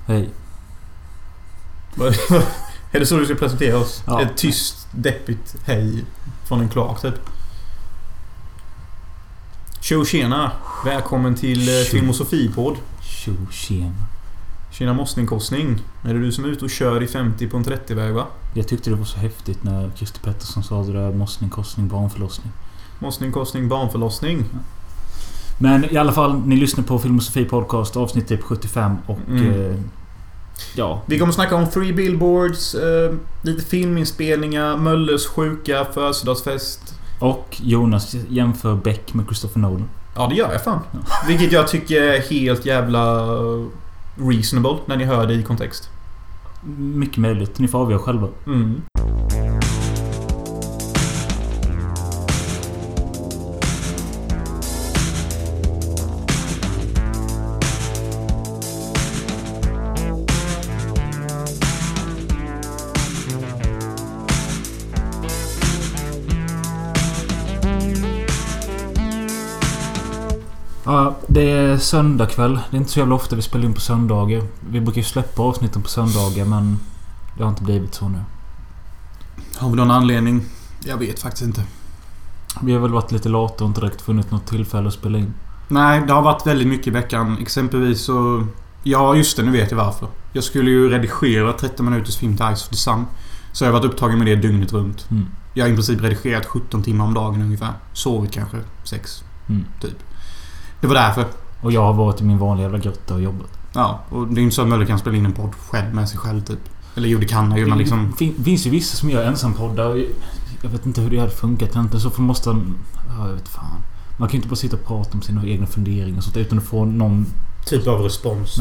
Hej. Är det så du ska presentera oss? Ja. Ett tyst, deppigt hej från en kloak typ. Tjena. Välkommen till Film och Sofie-podd. Tjena. Tjena mossning-kostning. Är det du som är ute och kör i 50 på en 30-väg, va? Jag tyckte det var så häftigt när Christer Pettersson sa det där mossning, kostning, barnförlossning. Mossning, kostning, barnförlossning. Ja. Men i alla fall, ni lyssnar på Film och Sofie podcast, avsnitt typ 75 och ja. Vi kommer snacka om 3 billboards, lite filminspelningar, Mölles sjuka födelsedagsfest. Och Jonas jämför Beck med Christopher Nolan. Ja, det gör jag fan. Ja. Vilket jag tycker är helt jävla reasonable när ni hör det i kontext. Mycket möjligt, ni får avgöra själva. Ja, det är söndag kväll. Det är inte så jävla ofta vi spelar in på söndagar. Vi brukar ju släppa avsnitten på söndagar, men det har inte blivit så nu. Har vi någon anledning? Jag vet faktiskt inte. Vi har väl varit lite lata och inte direkt funnit något tillfälle att spela in. Nej, det har varit väldigt mycket i veckan. Exempelvis så... Ja, just det, nu vet jag varför. Jag skulle ju redigera 30 minuters film till Ice of the Sun. Så jag har varit upptagen med det dygnet runt. Jag har i princip redigerat 17 timmar om dagen ungefär. Sovit kanske 6, typ. Det var därför. Och jag har varit i min vanliga jävla grotta och jobbat. Ja, och det är inte så att Möller kan spela in en podd själv med sig själv typ. Eller jo, det kan han ju, men liksom... Finns ju vissa som gör ensampoddar. Jag vet inte hur det hade funkat. Inte så för måste... Ja, jag vet fan. Man kan ju inte bara sitta och prata om sina egna funderingar och sånt utan att få någon... typ av respons.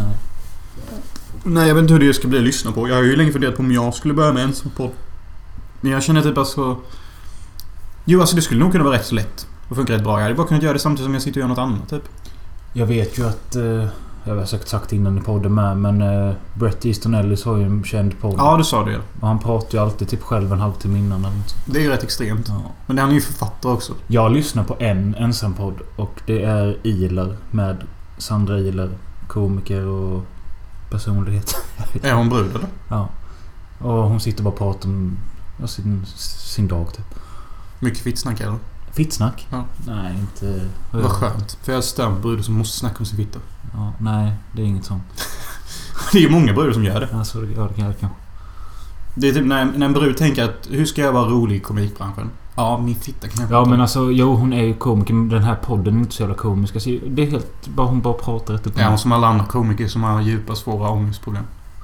Nej, jag vet inte hur det ska bli att lyssna på. Jag har ju länge funderat på om jag skulle börja med ensam podd. Men jag känner typ alltså... Jo, alltså det skulle nog kunna vara rätt så lätt. Och funkar rätt bra. Jag hade bara kunnat göra det samtidigt som jag sitter och gör något annat typ. Jag vet ju att... jag har säkert sagt innan i podden med, men Bret Easton Ellis har ju en känd podd. Ja, du sa det. Och han pratar ju alltid typ själv en halvtimme innan eller något. Det är ju rätt extremt. Ja. Men det är han ju författare också. Jag lyssnar på en ensam podd och det är Ilar med Sandra Ilar, komiker och personlighet. Är hon brud eller? Ja. Och hon sitter bara och pratar om sin dag typ. Mycket fittsnack eller? Fittsnack? Ja. Nej, inte... Vad skönt. För jag stör brudar som måste snacka om sin fitta. Ja, nej, det är inget sånt. Det är ju många brudar som gör det. Alltså, det kan jag kanske. Det är typ när en brud tänker att hur ska jag vara rolig i komikbranschen? Ja, min fitta kan jag Ja, men alltså, jo, hon är ju komiker, men den här podden är inte så jävla komisk. Alltså, det är helt... Hon bara pratar rätt upp. Ja, som alla andra komiker som har djupa, svåra ångestproblem.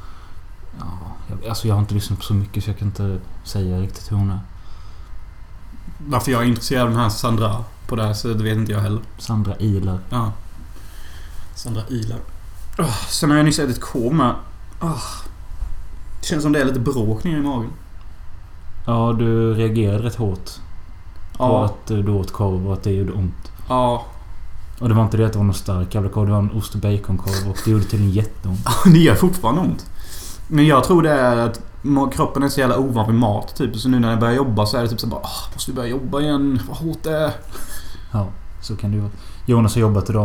Ja, jag har inte lyssnat på så mycket så jag kan inte säga riktigt hur hon är. Varför jag är intresserad av den här Sandra på det här så det vet inte jag heller. Sandra Ilar. Ja. Sandra Ilar. Sen har jag nyss ätit korv med. Det känns som det är lite bråk ner i magen. Ja, du reagerade rätt hårt på att du åt korv och att det gjorde ont. Ja. Och det var inte det att det var någon stark jävla korv. Det var en ost- och baconkorv och det gjorde till en jätteont. Det gör fortfarande ont. Men jag tror det är att kroppen är så jävla ovan vid mat typ. Så nu när jag börjar jobba så är det typ så bara måste vi börja jobba igen? Vad hårt det är. Ja, så kan det ju vara. Jonas har jobbat idag.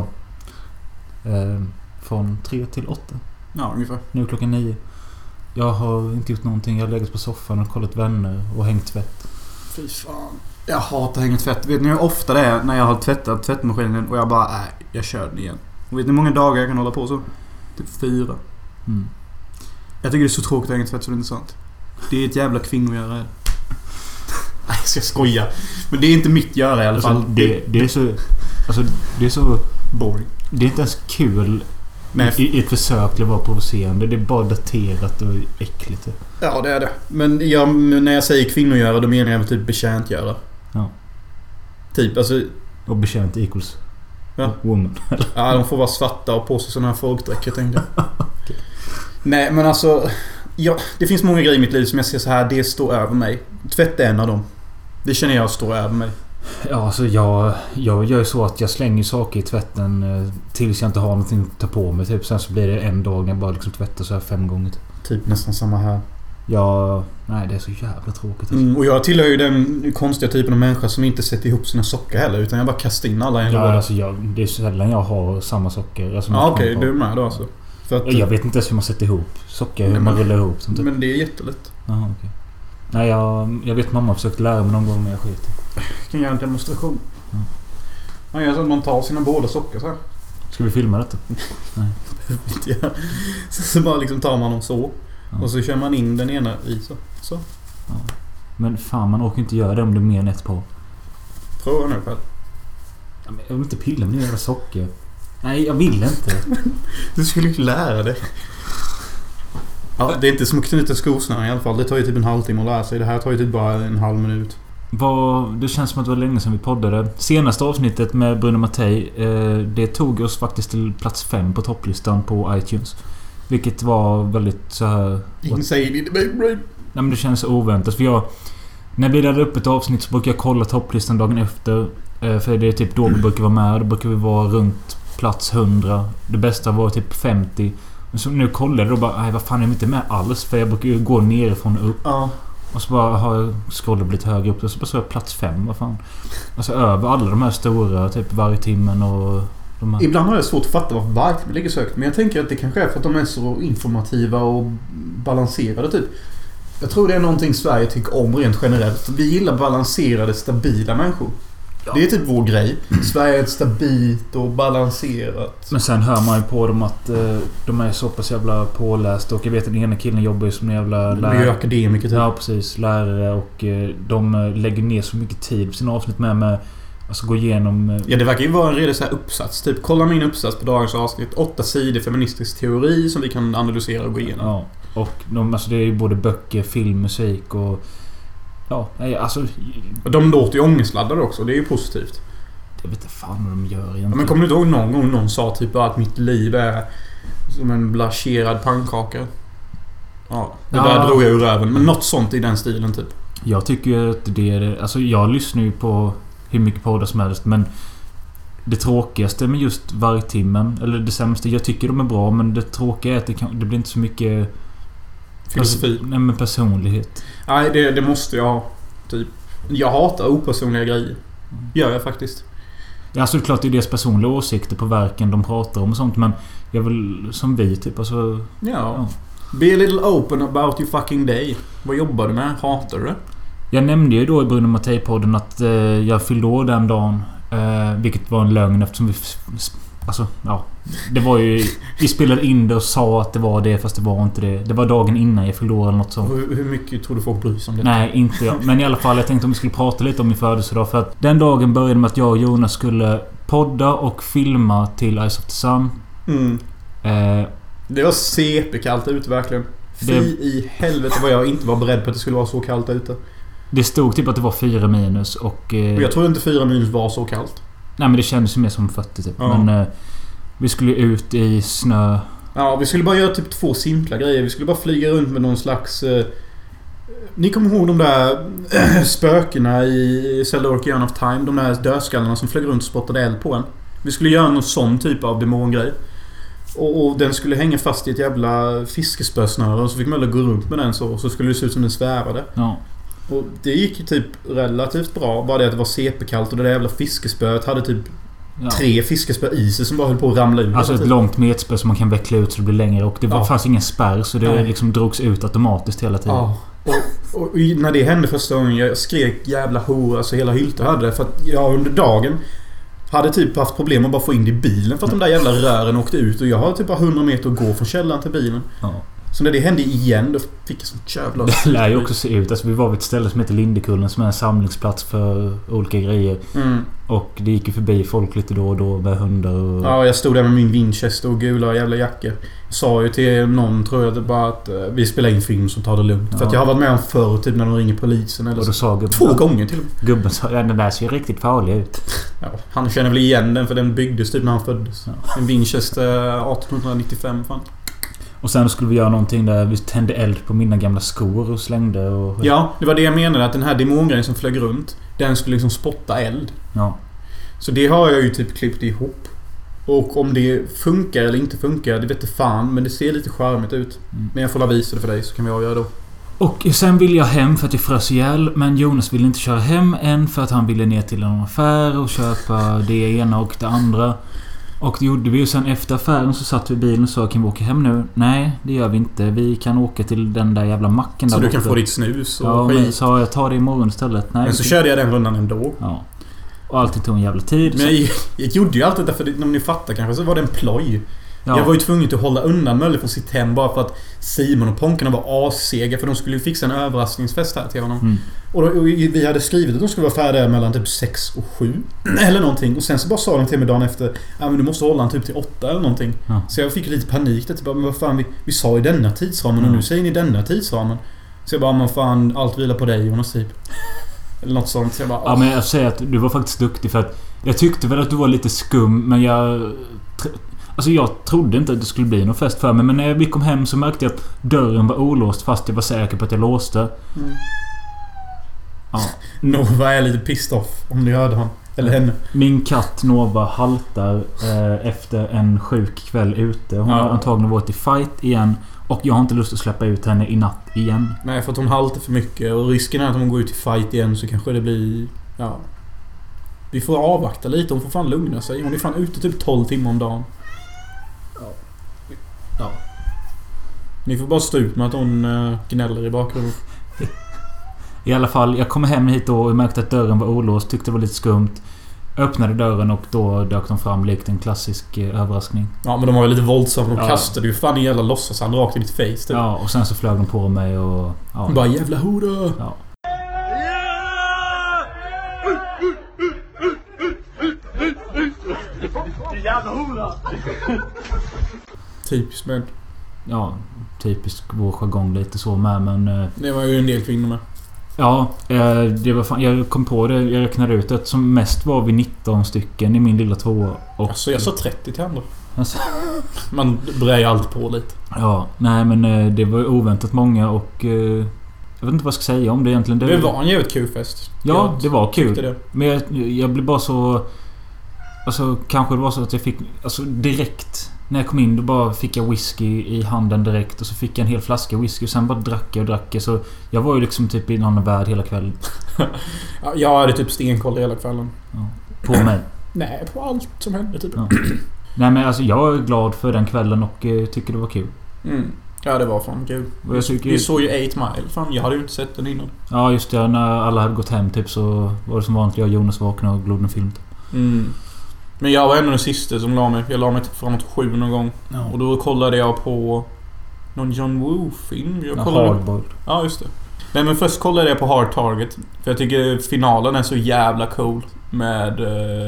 Från 3 till 8. Ja, ungefär. Nu klockan 9. Jag har inte gjort någonting. Jag har legat på soffan och kollat vänner och hängt tvätt. Fy fan. Jag hatar hänga tvätt. Vet ni hur ofta det är när jag har tvättat tvättmaskinen och jag bara, jag kör den igen. Och vet ni hur många dagar jag kan hålla på så? Typ 4. Jag tycker det är så tråkigt att hänga tvätt så det är inte sant. Det är ett jävla kvinnogöra. Nej, jag ska skoja. Men det är inte mitt göra i alla fall. Det är så... Alltså, det är så... boring. Det är inte ens kul i ett försök till att vara provocerande. Det är bara daterat och äckligt. Ja, det är det. Men när jag säger kvinnogöra då menar jag typ bekäntgöra. Ja. Typ, alltså... Och bekänt equals woman. Ja, de får vara svarta och på sig sådana här folkdräcker, tänkte jag. Okay. Nej, men alltså... Ja, det finns många grejer i mitt liv som jag ser så här, det står över mig. Tvätt är en av dem. Det känner jag står över mig. Ja, alltså jag gör så att jag slänger saker i tvätten tills jag inte har någonting att ta på mig. Typ. Sen så blir det en dag när jag bara liksom tvättar så här 5 gånger. Typ nästan samma här. Ja, nej, det är så jävla tråkigt. Alltså. Och jag tillhör ju den konstiga typen av människa som inte sätter ihop sina socker heller. Utan jag bara kastar in alla i en låda. Alltså det är så sällan jag har samma socker. Alltså okej, du är med då alltså. För att, jag vet inte ens hur man sätter ihop socker. Hur man rullar ihop. Sånt. Men det är jättelätt. Jaha, okej. Nej, jag vet mamma har försökt lära mig någon gång när jag skiter. Jag kan göra en demonstration. Man gör så att man tar sina båda socker så här. Ska vi filma detta? Nej. Ja. Så bara liksom tar man dem så. Ja. Och så kör man in den ena i så. Ja. Men fan, man orkar inte göra det om det är mer än ett par. Prova nu själv. Ja, men jag vill inte pilla med jävla socker. Nej, jag vill inte. Du skulle ju lära dig. Ja, det är inte som att knyta skosnören i alla fall. Det tar ju typ en halvtimme att lära sig. Det här tar ju typ bara en halv minut. Det känns som att det var länge sedan vi poddade. Senaste avsnittet med Bruno Mattei, det tog oss faktiskt till plats 5 på topplistan på iTunes. Vilket var väldigt så här... Insane in the baby brain. Nej, men det känns oväntat. För när vi laddade upp ett avsnitt så brukar jag kolla topplistan dagen efter. För det är typ då vi brukar vara med. Då brukar vi vara runt plats 100. Det bästa var typ 50. Så nu kollade jag och bara, nej vad fan, är jag inte med alls? För jag brukar ju gå nerifrån och upp. Ja. Och så bara har jag scrollat lite högre upp. Och så bara så är jag plats 5, vad fan. Alltså över alla de här stora, typ Vargtimmen och de här. Ibland har jag svårt att fatta varför Vargtimmen ligger så högt. Men jag tänker att det kanske är för att de är så informativa och balanserade typ. Jag tror det är någonting Sverige tycker om rent generellt. Vi gillar balanserade, stabila människor. Ja. Det är typ vår grej. Sverige är ett stabilt och balanserat. Men sen hör man ju på dem att de är så pass jävla pålästa. Och jag vet att den ena killen jobbar ju som en jävla lärare. De är ju akademiker typ. Ja, precis. Lärare. Och de lägger ner så mycket tid på sina avsnitt med alltså gå igenom... Ja, det verkar ju vara en redig så här uppsats. Typ, kolla min uppsats på dagens avsnitt. 8 sidor feministisk teori som vi kan analysera och gå igenom. Ja, och alltså det är ju både böcker, film, musik och... Ja, alltså... De låter ju ångestladdade också. Det är ju positivt. Jag vet inte fan vad de gör egentligen. Ja, men kommer du inte ihåg någon gång någon sa typ att mitt liv är som en blancherad pannkaka? Ja, det där drog jag ur röven. Men något sånt i den stilen typ. Jag tycker ju att det är... Alltså jag lyssnar ju på hur mycket poddar som helst, men det tråkigaste med just Vargtimmen, eller det sämsta, jag tycker de är bra, men det tråkiga är att det blir inte så mycket filosofi. Nej, men personlighet. Nej, det måste jag ha. Typ. Jag hatar opersonliga grejer. Gör jag faktiskt. Ja, alltså det är klart det är deras personliga åsikter på verken de pratar om och sånt, men jag vill som vi typ, alltså... Ja. Be a little open about your fucking day. Vad jobbar du med? Hatar du det? Jag nämnde ju då i Bruno Mattei-podden att jag fyllde år den dagen. Vilket var en lögn eftersom vi... Alltså, ja. Det var ju... Vi spelade in det och sa att det var det, fast det var inte det. Det var dagen innan jag fyllde år eller något sånt. Hur mycket tror du folk bryr sig om det? Nej, inte jag. Men i alla fall, jag tänkte om vi skulle prata lite om min födelsedag. För att den dagen började med att jag och Jonas skulle podda och filma till Eyes of the Sun. Mm. Det var CP-kallt ute verkligen. Fy i helvete vad jag inte var beredd på att det skulle vara så kallt ute. Det stod typ att det var 4 minus och jag tror inte 4 minus var så kallt. Nej, men det kändes ju mer som 40 typ. Ja. Men vi skulle ut i snö. Ja, vi skulle bara göra typ 2 simpla grejer. Vi skulle bara flyga runt med någon slags... Ni kommer ihåg de där spökena i Zelda Ocarina of Time? De där dödskallarna som flög runt och spottade eld på en. Vi skulle göra någon sån typ av demongrej. Och den skulle hänga fast i ett jävla fiskespösnöre. Och så fick Möller gå runt med den så. Och så skulle det se ut som den svävade. Ja. Och det gick ju typ relativt bra. Bara det att det var CP-kallt. Och det där jävla fiskespöet hade typ 3 fiskespö i sig som bara höll på att ramla ut. Alltså ett långt metspö som man kan veckla ut så det blir längre. Och det fanns ingen spärr så det liksom drogs ut automatiskt hela tiden. Ja. Och när det hände första gången jag skrek jävla hora. Alltså hela Hylte hade det. För att jag under dagen hade typ haft problem att bara få in det i bilen. För att de där jävla rören åkte ut. Och jag hade typ bara 100 meter att gå från källaren till bilen. Ja. Så när det hände igen då fick jag sånt jävla... Det lär ju också se ut. Alltså vi var vid ett ställe som heter Lindekullen som är en samlingsplats för olika grejer. Mm. Och det gick ju förbi folk lite då och då med hundar och... Ja, jag stod där med min Winchester och gula jävla jackor. Jag sa ju till någon, tror jag, bara att vi spelar in film som tar det lugnt. Ja. För att jag har varit med om förr typ när de ringer polisen eller och då sa gubben, 2 gånger till. Gubben sa, ja, den där ser ju riktigt farlig ut. Ja, han känner väl igen den för den byggdes typ när han föddes. Ja. En Winchester 1895 fan. Och sen skulle vi göra någonting där vi tände eld på mina gamla skor och slängde och... Ja, det var det jag menade. Att den här demongrejen som flög runt, den skulle liksom spotta eld. Ja. Så det har jag ju typ klippt ihop. Och om det funkar eller inte funkar, det vet jag fan. Men det ser lite charmigt ut. Mm. Men jag får la visa det för dig så kan vi avgöra då. Och sen ville jag hem för att jag frös ihjäl. Men Jonas ville inte köra hem än för att han ville ner till en affär och köpa det ena och det andra. Och det gjorde vi ju sen efter affären så satt vi i bilen och sa kan vi åka hem nu? Nej, det gör vi inte. Vi kan åka till den där jävla macken där så borta. du kan få ditt snus och ja, skit. Men sa jag tar det imorgon istället. Nej, men så körde jag den rundan ändå. Ja. Och allting tog en jävla tid. Men jag gjorde ju allt det för om ni fattar kanske så var det en ploj. Ja. Jag var ju tvungen att hålla undan Mölle från sitt hem bara för att Simon och Ponkarna var assega för de skulle ju fixa en överraskningsfest här till honom. Och vi hade skrivit att de skulle vara färdiga mellan typ 6 och 7 eller någonting. Och sen så bara sa de till mig dagen efter men du måste hålla en typ till 8 eller någonting. Ja. Så jag fick lite panik. Typ, men vad fan, vi sa i denna tidsramen och nu säger ni denna tidsramen. Så jag bara, men fan, allt vilar på dig Jonas typ. Eller något sånt. Så jag bara, ja, men jag säger att du var faktiskt duktig för att jag tyckte väl att du var lite skum men jag trodde inte att det skulle bli någon fest för mig. Men när vi kom hem så märkte jag att dörren var olåst fast jag var säker på att jag låste. Ja. Nova är lite pissed off om ni hörde han. Eller henne. Min katt Nova haltar efter en sjuk kväll ute. Hon har antagligen varit i fight igen. Och jag har inte lust att släppa ut henne i natt igen. Nej, för att hon haltar för mycket. Och risken är att om hon går ut i fight igen så kanske det blir... Ja. Vi får avvakta lite. Hon får fan lugna sig. Hon är fan ute typ 12 timmar om dagen. Ja. Ni får bara stå ut med att hon gnäller i bakgrunden. I alla fall, jag kom hem hit då och märkte att dörren var olåst. Tyckte det var lite skumt. Öppnade dörren och då dök de fram likt en klassisk överraskning. Ja, men de var ju lite våldsamma. De kastade ju fan en jävla låtsashand rakt i ditt face typ. Ja, och sen så flög de på mig och... Ja. Bara jävla hora! Ja. Jävla hora! Typiskt med. Ja, typiskt vår jargong lite så med, men... Det var ju en del kvinnor med. Ja, det var fan, jag kom på det. Jag räknade ut att som mest var vi 19 stycken i min lilla tvåa. Och alltså, jag sa 30 till andra. Alltså. Man brer ju allt på lite. Ja, nej men det var oväntat många och... jag vet inte vad jag ska säga om det egentligen. Det var en jävligt kul fest. Ja, det var kul. Det. Men jag blev bara så... Alltså, kanske det var så att jag fick... Alltså, direkt... När jag kom in då bara fick jag whisky i handen direkt. Och så fick jag en hel flaska whisky. Och sen bara drack jag. Så jag var ju liksom typ i någon värld hela kvällen. Ja, jag hade typ stenkoll hela kvällen. Ja. På mig? Nej, på allt som hände typ. Ja. Nej men alltså jag är glad för den kvällen och tycker det var kul. Ja, det var fan kul. Vi såg ju 8 Mile. Fan, jag hade ju inte sett den innan. Ja, just det. När alla hade gått hem typ så var det som vanligt. Jag och Jonas vaknade och glodde en film. Men jag var ändå den sista som la mig. Jag la mig typ framåt 7 någon gång. Ja. Och då kollade jag på någon John Woo-film. Hardboiled. Ja, just det. Nej, men först kollade jag på Hard Target. För jag tycker finalen är så jävla cool. Med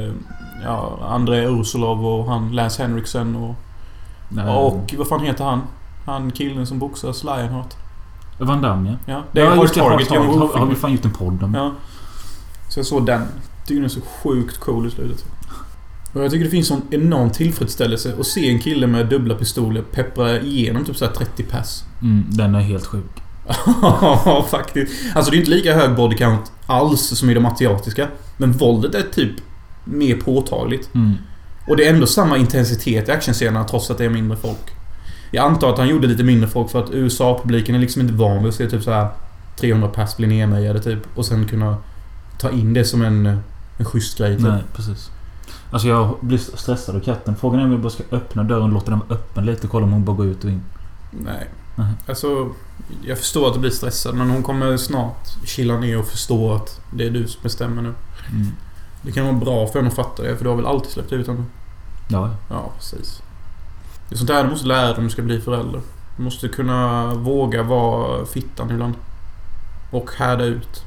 Andrei Ursulov och han Lance Henriksen och... Nej. Och vad fan heter han? Han killen som boxas Lionheart. Van Damme, ja. Det är Hard Target. Har vi fan gjort en podd om. Ja. Så jag såg den. Tycker den är så sjukt cool i slutet. Och jag tycker det finns sån enorm tillfredsställelse att se en kille med dubbla pistoler peppra igenom typ så här 30 pass. Den är helt sjuk. Ja, faktiskt. Alltså det är inte lika hög body count alls som i de asiatiska. Men våldet är typ mer påtagligt. Och det är ändå samma intensitet i actionscenerna trots att det är mindre folk. Jag antar att han gjorde lite mindre folk för att USA-publiken är liksom inte van vid att se typ så här 300 pass bli nermejade typ. Och sen kunna ta in det som en schysst grej typ. Nej, precis. Alltså jag blir stressad av katten. Frågan är om jag bara ska öppna dörren och låta den vara öppen lite och kolla om hon bara går ut och in. Nej. Alltså, jag förstår att du blir stressad, men hon kommer snart chilla ner och förstå att det är du som bestämmer nu. Det kan vara bra för henne att fatta det, för du har väl alltid släppt ut henne? Ja. Ja, precis. Det är sånt där du måste lära dig om du ska bli förälder. Du måste kunna våga vara fittan ibland. Och härda ut.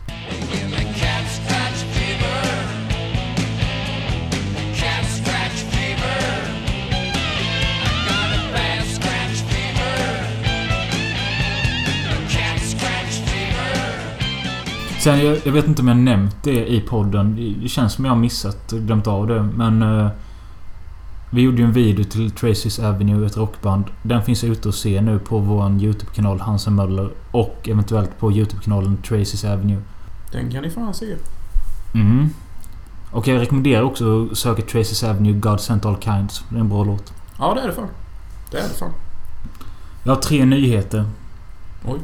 Sen, jag vet inte om jag nämnt det i podden. Det känns som jag har missat och glömt av det. Men vi gjorde ju en video till Tracy's Avenue, ett rockband. Den finns ute att se nu på vår YouTube-kanal Hansen Möller. Och eventuellt på YouTube-kanalen Tracy's Avenue. Den kan ni fan se. Och jag rekommenderar också att söka Tracy's Avenue, God Sent All Kinds. Det är en bra låt. Ja, det är det fan. Det är det fan. Jag har 3 nyheter. Oj.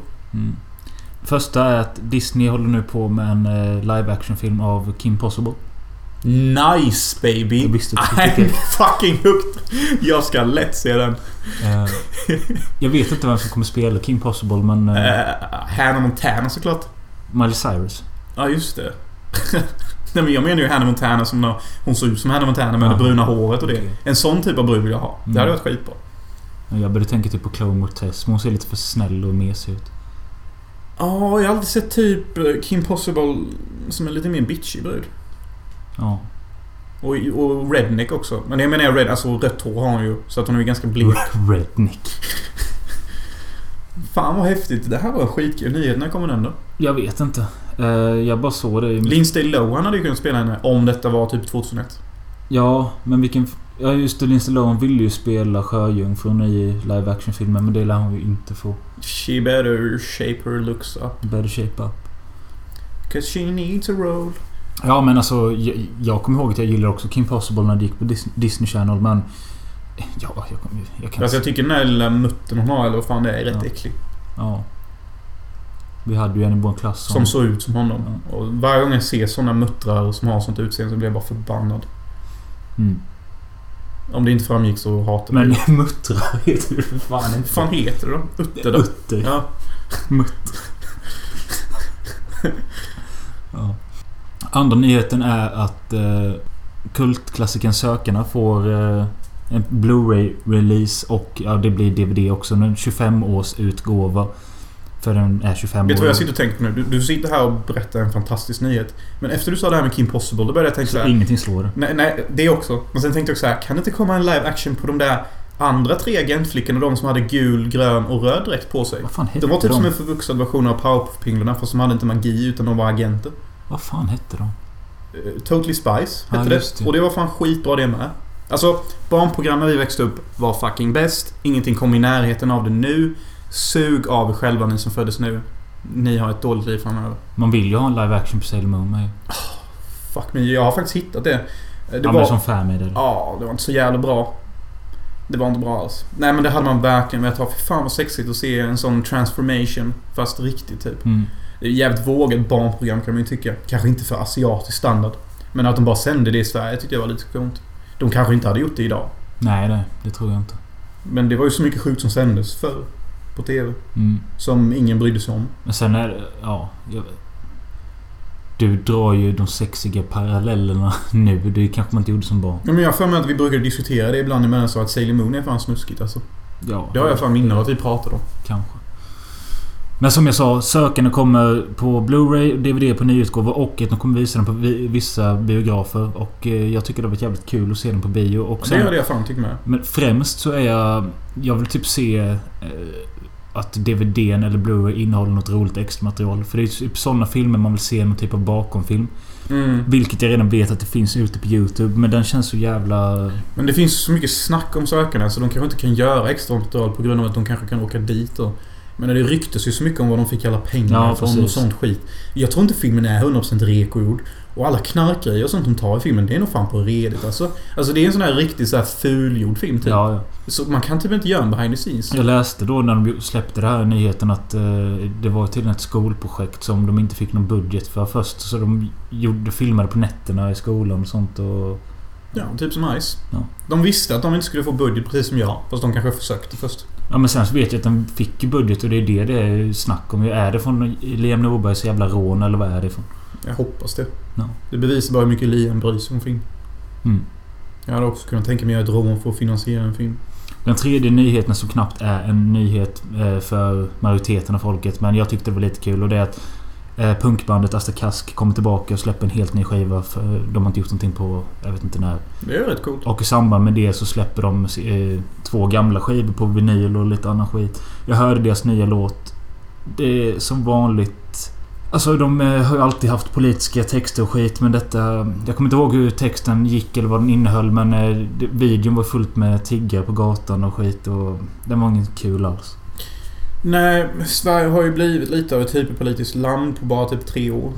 Första är att Disney håller nu på med en live-action-film av Kim Possible. Nice baby. Jag visste att I'm fucking hooked. Jag ska lätt se den. Jag vet inte vem som kommer spela Kim Possible, men... Hannah Montana såklart. Miley Cyrus. Ja, just det. Nej, men jag menar ju Hannah Montana som när hon såg ut som Hannah Montana med det bruna håret och det. Okay. En sån typ av brud vill jag ha. Det hade varit skitbra. Jag började tänka typ på Chloe Moretz, men hon ser lite för snäll och mesig ut. Ja, jag har alltid sett typ Kim Possible som en lite mer bitchy brud. Ja. Och redneck också. Men jag menar alltså rött hår har hon ju. Så att hon är ganska blek. Redneck. Fan vad häftigt. Det här var en skitkul nyhet. När kommer den då? Jag vet inte. Jag bara såg det. Lindsay Lohan hade ju kunnat spela henne om detta var typ 2001. Ja, men vilken... Ja, just det. Lindsay Lohan ville ju spela Sjöjungfrun i live action-filmen, men det lär hon ju inte få. She better shape her looks up. Better shape up. 'Cause she needs a role. Ja, men alltså... Jag kommer ihåg att jag gillar också Kim Possible när det gick på Disney Channel, men... Ja, jag kan... Alltså jag tycker den här lilla mutten hon har, eller vad fan det är rätt äcklig. Ja. Vi hade ju en i vår klass som såg ut som honom. Ja. Och varje gång jag ser såna muttrar som har sånt utseende så blir jag bara förbannad. Om det inte framgick så hatar jag. Men muttrar heter det för fan inte. Fan heter det då? Utter då? Utter. Ja. Mutter. Ja. Andra nyheten är att kultklassikern Sökarna får en Blu-ray-release och det blir DVD också. En 25-års utgåva. För den är 25 år. Vet du vad jag sitter och tänker på nu? Du sitter här och berättar en fantastisk nyhet. Men efter du sa det här med Kim Possible, då började jag tänka så här. Ingenting slår det. Nej, det också. Men sen tänkte jag så här, kan det inte komma en live action på de där andra 3 agentflickorna, de som hade gul, grön och röd dräkt på sig? Vad fan hette de var typ som en förvuxad version av Powerpuff-pinglarna, fast de hade inte magi utan de var agenter. Vad fan hette de? Totally Spice hette det. Och det var fan skitbra det med. Alltså, barnprogram när vi växte upp var fucking bäst. Ingenting kom i närheten av det nu. Sug av er själva, ni som föddes nu. Ni har ett dåligt liv framöver. Man vill ju ha en live action på Sailor Moon med. Fuck me, jag har faktiskt hittat det. Det var som Family. Ja, det var inte så jävla bra. Det var inte bra alls. Nej, men det hade man verkligen velat ha. För fan vad sexigt att se en sån transformation. Fast riktigt typ. Det är jävligt vågat barnprogram kan man ju tycka. Kanske inte för asiatisk standard. Men att de bara sände det i Sverige tyckte jag var lite skönt. De kanske inte hade gjort det idag. Nej, det tror jag inte. Men det var ju så mycket sjukt som sändes förr på TV. Som ingen brydde sig om. Men sen är du drar ju de sexiga parallellerna nu. Det kanske man inte gjorde som barn. Ja, men jag får med att vi brukade diskutera det ibland emellan så att Sailor Moon är fan snuskigt alltså. Ja. Det har jag fan minne av att vi pratade om. Kanske. Men som jag sa, Sökarna kommer på Blu-ray, DVD på nyutgåva och att de kommer visa den på vissa biografer. Och jag tycker det har varit jävligt kul att se den på bio. Och sen, det hade jag fan tyckt med. Men främst så är jag vill typ se att DVDn eller Blu-ray innehåller något roligt extra material. För det är typ sådana filmer man vill se, någon typ av bakomfilm. Vilket jag redan vet att det finns ute på YouTube. Men den känns så jävla... Men det finns så mycket snack om Sökarna så de kanske inte kan göra extra material på grund av att de kanske kan åka dit och... Men det ryktas ju så mycket om vad de fick alla pengar från och sånt skit. Jag tror inte filmen är 100% rekogjord. Och alla knarkgrejer och sånt de tar i filmen, det är nog fan på redigt. Alltså det är en sån här riktigt så här fulgjord film typ. Ja. Så man kan typ inte göra en behind the scenes. Jag läste då när de släppte det här nyheten att det var till ett skolprojekt som de inte fick någon budget för först. Så de filmade på nätterna i skolan och sånt och... Ja, typ som Ice. Ja. De visste att de inte skulle få budget precis som jag. Fast de kanske försökte först. Ja, men sen så vet jag att de fick ju budget och det är snack om. Är det från Liam Norbergs jävla rån eller vad är det ifrån? Jag hoppas det. Ja. Det bevisar bara hur mycket Liam bryr sig om film. Jag hade också kunnat tänka mig att rån för att finansiera en film. Den tredje nyheten som knappt är en nyhet för majoriteten av folket, men jag tyckte det var lite kul, och det är att punkbandet Asta Kask kommer tillbaka och släpper en helt ny skiva. För de har inte gjort någonting på, jag vet inte när. Det är rätt coolt. Och i samband med det så släpper de 2 gamla skivor på vinyl och lite annan skit. Jag hörde deras nya låt. Det är som vanligt. Alltså de har ju alltid haft politiska texter och skit, men detta... Jag kommer inte ihåg hur texten gick eller vad den innehöll, men videon var fullt med tiggare på gatan och skit, och den var inget kul alls. Nej, Sverige har ju blivit lite av ett hyperpolitiskt land på bara typ 3 år.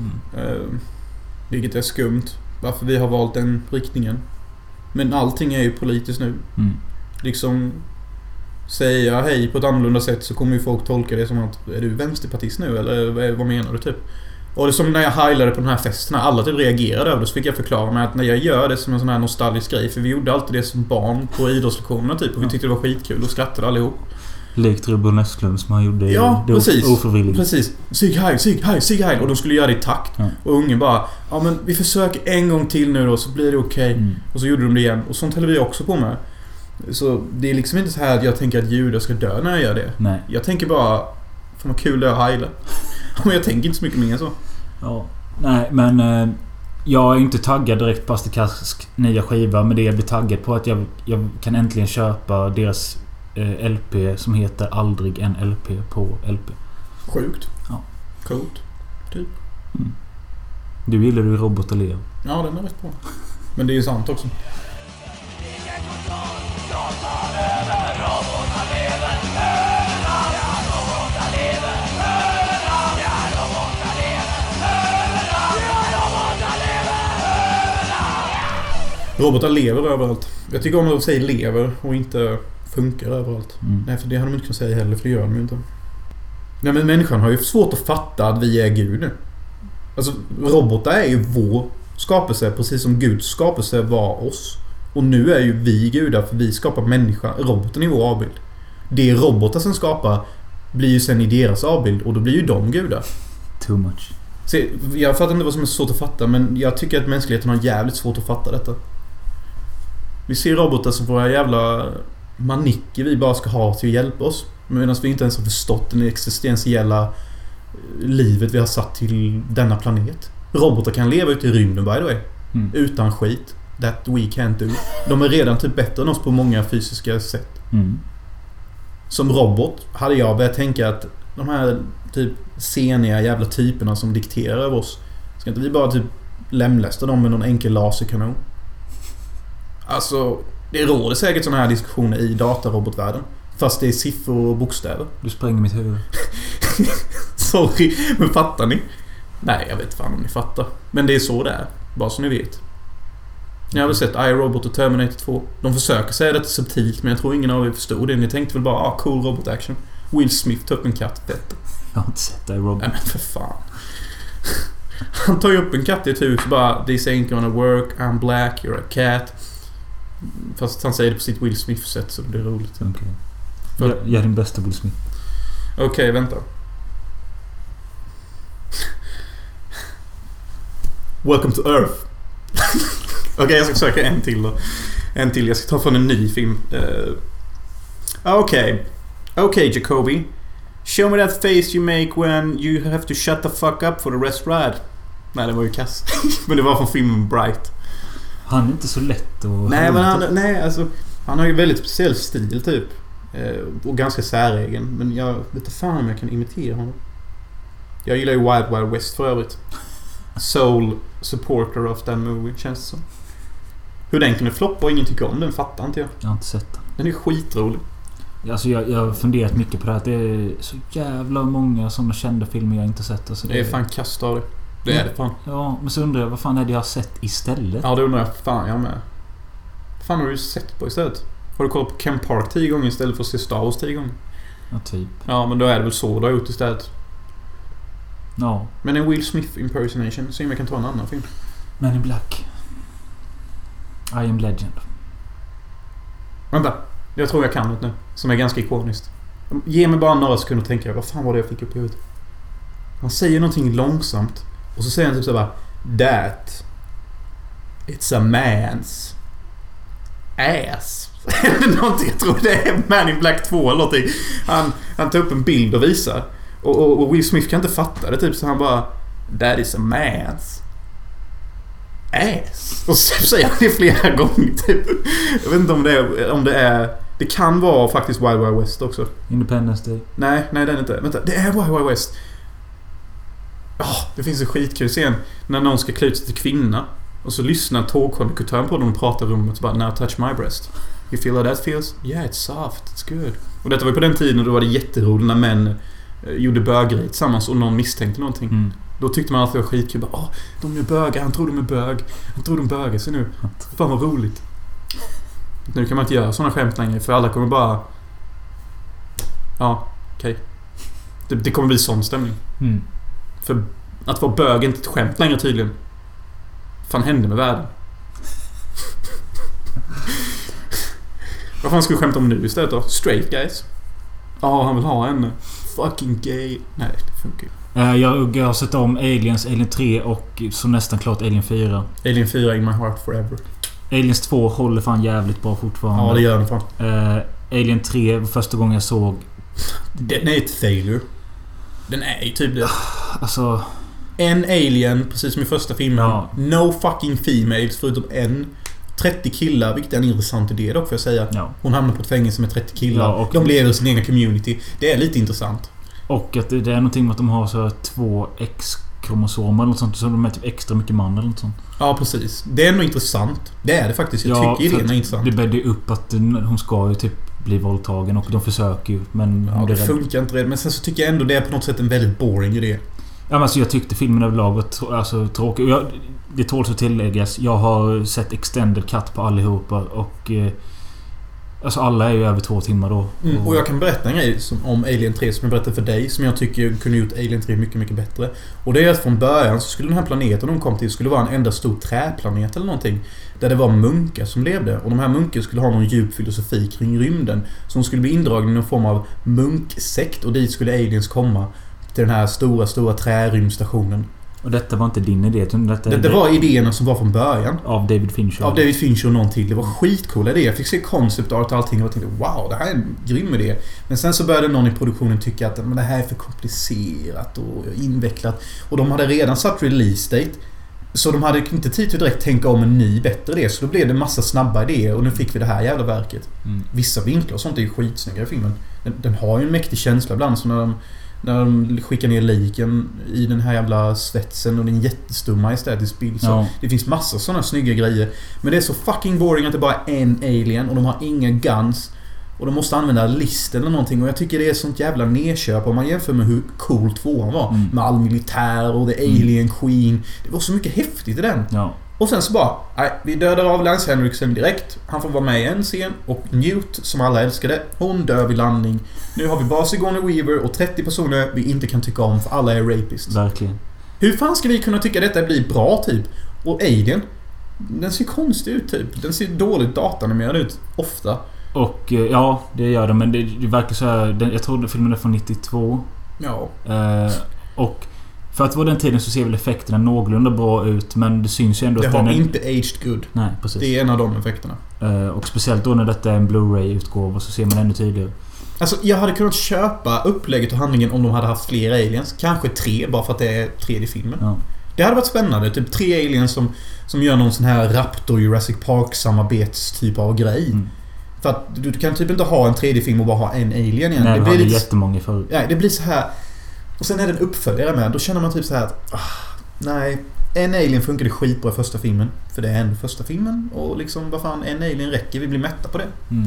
Vilket är skumt. Varför vi har valt den riktningen. Men allting är ju politiskt nu. Liksom säga hej på ett annorlunda sätt så kommer ju folk tolka det som att är du vänsterpartist nu eller vad menar du typ? Och det är som när jag heilade på den här festen. Alla typ reagerade över det. Så fick jag förklara mig att när jag gör det som en sån här nostalgisk grej. För vi gjorde alltid det som barn på idrottslektionerna typ. Och vi tyckte det var skitkul och skrattade allihop. Likt Ruben Östlund som han gjorde precis. Ofrivilligt. Precis. Sig heil. Och de skulle göra det i takt. Ja. Och ungen bara, ja men vi försöker en gång till nu då så blir det okej. Och så gjorde de det igen. Och sånt höll vi också på med. Så det är liksom inte så här att jag tänker att judar ska dö när jag gör det. Nej. Jag tänker bara, fan vad kul det är att heila. Men jag tänker inte så mycket mer så. Ja. Nej, men jag är inte taggad direkt på Astekask nya skiva. Men det jag blir taggad på att jag kan äntligen köpa deras LP som heter Aldrig en LP på LP. Sjukt. Ja. Coolt. Typ. Du gillar ju Robot Elev. Ja, den är rätt bra. Men det är ju sant också. Robotar lever överallt. Jag tycker om att de säger lever och inte funkar överallt. Nej, för det har de inte kunnat säga heller, för det gör de ju inte. Nej, men människan har ju svårt att fatta att vi är Gud nu. Alltså, robotar är ju vår skapelse, precis som Guds skapelse var oss. Och nu är ju vi gudar, för vi skapar människan. Roboten är vår avbild. Det robotar som skapar blir ju sen i deras avbild, och då blir ju de gudar. Too much. Så jag fattar inte vad som är svårt att fatta, men jag tycker att mänskligheten har jävligt svårt att fatta detta. Vi ser robotar som våra jävla manicker vi bara ska ha till att hjälpa oss. Medan vi inte ens har förstått det existentiella livet vi har satt till denna planet. Robotar kan leva ute i rymden, by the way. Utan skit. That we can't do. De är redan typ bättre än oss på många fysiska sätt. Som robot hade jag börjat tänka att de här typ seniga jävla typerna som dikterar över oss, ska inte vi bara typ lemlästa dem med någon enkel laserkanon? Alltså, det råder säkert såna här diskussioner i datarobotvärlden. Fast det är siffror och bokstäver. Du spränger mitt huvud. Sorry, men fattar ni? Nej, jag vet fan om ni fattar. Men det är så det är, bara så ni vet. Jag har väl sett iRobot och Terminator 2. De försöker säga det subtilt, men jag tror ingen av er förstod det. Ni tänkte väl bara, cool robot action. Will Smith tar upp en katt, bättre. Jag har inte sett iRobot. Nej, men för fan. Han tar ju upp en katt i ett hus och bara, this ain't gonna work, I'm black, you're a cat. Fast han säger det på sitt Will Smith-sätt, så det är roligt. Okej. Jag är din bästa Will Smith. Okej, vänta. Welcome to Earth. Okej, jag ska söka en till då. En till, jag ska ta från en ny film. Okej, Jacoby. Show me that face you make when you have to shut the fuck up for the rest ride. Nej, det var ju kass. Men det var från filmen Bright. Han är inte så lätt att... Nej, men han har ju väldigt speciell stil typ. Och ganska säregen. Men jag vet inte fan om jag kan imitera honom. Jag gillar ju Wild Wild West för övrigt. Soul supporter of that movie, känns det som. Hur den kunde floppa och ingen tycker om den fattar inte jag. Jag har inte sett den. Den är skitrolig. Alltså jag har funderat mycket på det här. Det är så jävla många sådana kända filmer jag inte sett. Alltså det är fan kast av det. Det är det fan. Ja, men så undrar jag, vad fan är det jag har sett istället? Ja, det undrar jag. Fan, jag med. Vad fan har du sett på istället? Har du kollat på Ken Park 10 gånger istället för att se Star Wars 10 gånger? Ja, typ. Ja, men då är det väl så du har gjort istället. Ja. Men en Will Smith impersonation, så jag kan ta en annan film. Men in Black. I Am Legend. Vänta, jag tror jag kan något nu som är ganska ikoniskt. Ge mig bara några sekunder och tänka, vad fan var det jag fick upp i huvudet? Han säger någonting långsamt och så säger han typ så bara, that it's a man's ass. Eller någonting, jag tror det är Man in Black 2 eller någonting. Han tar upp en bild och visar. Och Will Smith kan inte fatta det typ, så han bara, that is a man's ass. Och så säger han det flera gånger typ. Jag vet inte om det är det kan vara faktiskt Wild Wild West också. Independence Day. Nej, den är inte. Vänta, det är Wild Wild West. Det finns en skitkul scen när någon ska klä ut sig till kvinna och så lyssnar tågkonduktören på dem och pratar i rummet och bara, now touch my breast. You feel how that feels? Yeah, it's soft, it's good. Och detta var ju på den tiden då var det jätteroligt när män gjorde bögeri tillsammans och någon misstänkte någonting. Då tyckte man att det var skitkul. Bara, de är bögar, han tror de är bög. Han tror de bögar sig nu. Fan vad roligt. Nu kan man inte göra sådana skämt längre, för alla kommer bara... Ja, okej. Det kommer bli sån stämning. För Att vara bög är inte ett skämt längre tydligen. Fan hände med världen? Vad fan ska vi skämta om nu istället då? Straight guys. Ja, han vill ha en fucking gay. Nej, det funkar ju. Jag har sett om Aliens, Alien 3 och så nästan klart Alien 4. Alien 4 in my heart forever. Aliens 2 håller fan jävligt bra fortfarande. Ja, det gör den fan. Alien 3 var första gången jag såg. Den är ett failure. Den är ju typ det. Alltså... En alien, precis som i första filmen. Ja. No fucking females, förutom en. 30 killar, vilket är en intressant idé dock för att säga. Ja. Hon hamnar på ett fängelse med 30 killar. Ja, och de lever i sin egen community. Det är lite intressant. Och att det är någonting med att de har så 2 X-kromosomer eller något sånt. Så de är typ extra mycket man eller något sånt. Ja, precis. Det är ändå intressant. Det är det faktiskt. Jag tycker idén är intressant. Det bäddar upp att hon ska ju typ bli våldtagen och de försöker ju. Men ja, det funkar inte det. Men sen så tycker jag ändå det är på något sätt en väldigt boring idé. Ja, men alltså jag tyckte filmen överlag var tråkig. Det tåls att tilläggas. Jag har sett extended cut på allihopa och... Alltså alla är ju över 2 timmar då. Och jag kan berätta en grej om Alien 3 som jag berättade för dig. Som jag tycker kunde gjort Alien 3 mycket, mycket bättre. Och det är att från början så skulle den här planeten de kom till skulle vara en enda stor träplanet eller någonting. Där det var munkar som levde. Och de här munkarna skulle ha någon djup filosofi kring rymden. Som skulle bli indragen i någon form av munksekt. Och dit skulle aliens komma. Till den här stora trärymdstationen. Och detta var inte din idé? Det var idéerna som var från början. Av David Fincher? Av David Fincher och någon till. Det var skitcoola idéer. Jag fick se concept art och allting och jag tänkte wow, det här är en grym idé. Men sen så började någon i produktionen tycka att men det här är för komplicerat och invecklat. Och de hade redan satt release date. Så de hade inte tid till direkt tänka om en ny, bättre idé. Så då blev det en massa snabba idéer och nu fick vi det här jävla verket. Vissa vinklar och sånt är ju skitsnygga i filmen. Den har ju en mäktig känsla ibland så när de skickar ner liken i den här jävla svetsen och det är en jättestor majestätisk bild. Så ja. Det finns massor sådana snygga grejer. Men det är så fucking boring att det bara är en alien och de har inga guns. Och de måste använda list eller någonting. Och jag tycker det är sånt jävla nedköp om man jämför med hur cool 2an var. Med all militär och the alien queen. Det var så mycket häftigt i den. Ja. Och sen så bara, nej, vi dödar av Lance Henriksen direkt. Han får vara med i en scen. Och Newt, som alla älskade, hon dör vid landning. Nu har vi bara Sigourney Weaver och 30 personer vi inte kan tycka om för alla är rapists. Verkligen. Hur fan ska vi kunna tycka detta blir bra typ? Och Alien, den ser konstig ut typ. Den ser dåligt datanimerad ut, ofta. Och ja, det gör det. Men det verkar så här, jag tror filmen är från 92. Ja. Och för att vara den tiden så ser väl effekterna någorlunda bra ut. Men det syns ju ändå det att har den är... inte aged good. Nej, precis. Det är en av de effekterna. Och speciellt då när detta är en Blu-ray-utgåva så ser man ännu tydligare. Alltså jag hade kunnat köpa upplägget och handlingen om de hade haft fler aliens. Kanske 3, bara för att det är 3D filmen. Ja. Det hade varit spännande. Typ 3 aliens som gör någon sån här Raptor Jurassic Park samarbetstyp av grej. För att du kan typ inte ha en 3D-film och bara ha en alien igen. Nej, det blir lite jättemånga förut. Ja, det blir så här. Och sen är det en uppföljare med. Då känner man typ så här att nej, en alien funkade skitbra i första filmen. För det är ändå första filmen. Och liksom, vad fan, en alien räcker. Vi blir mätta på det.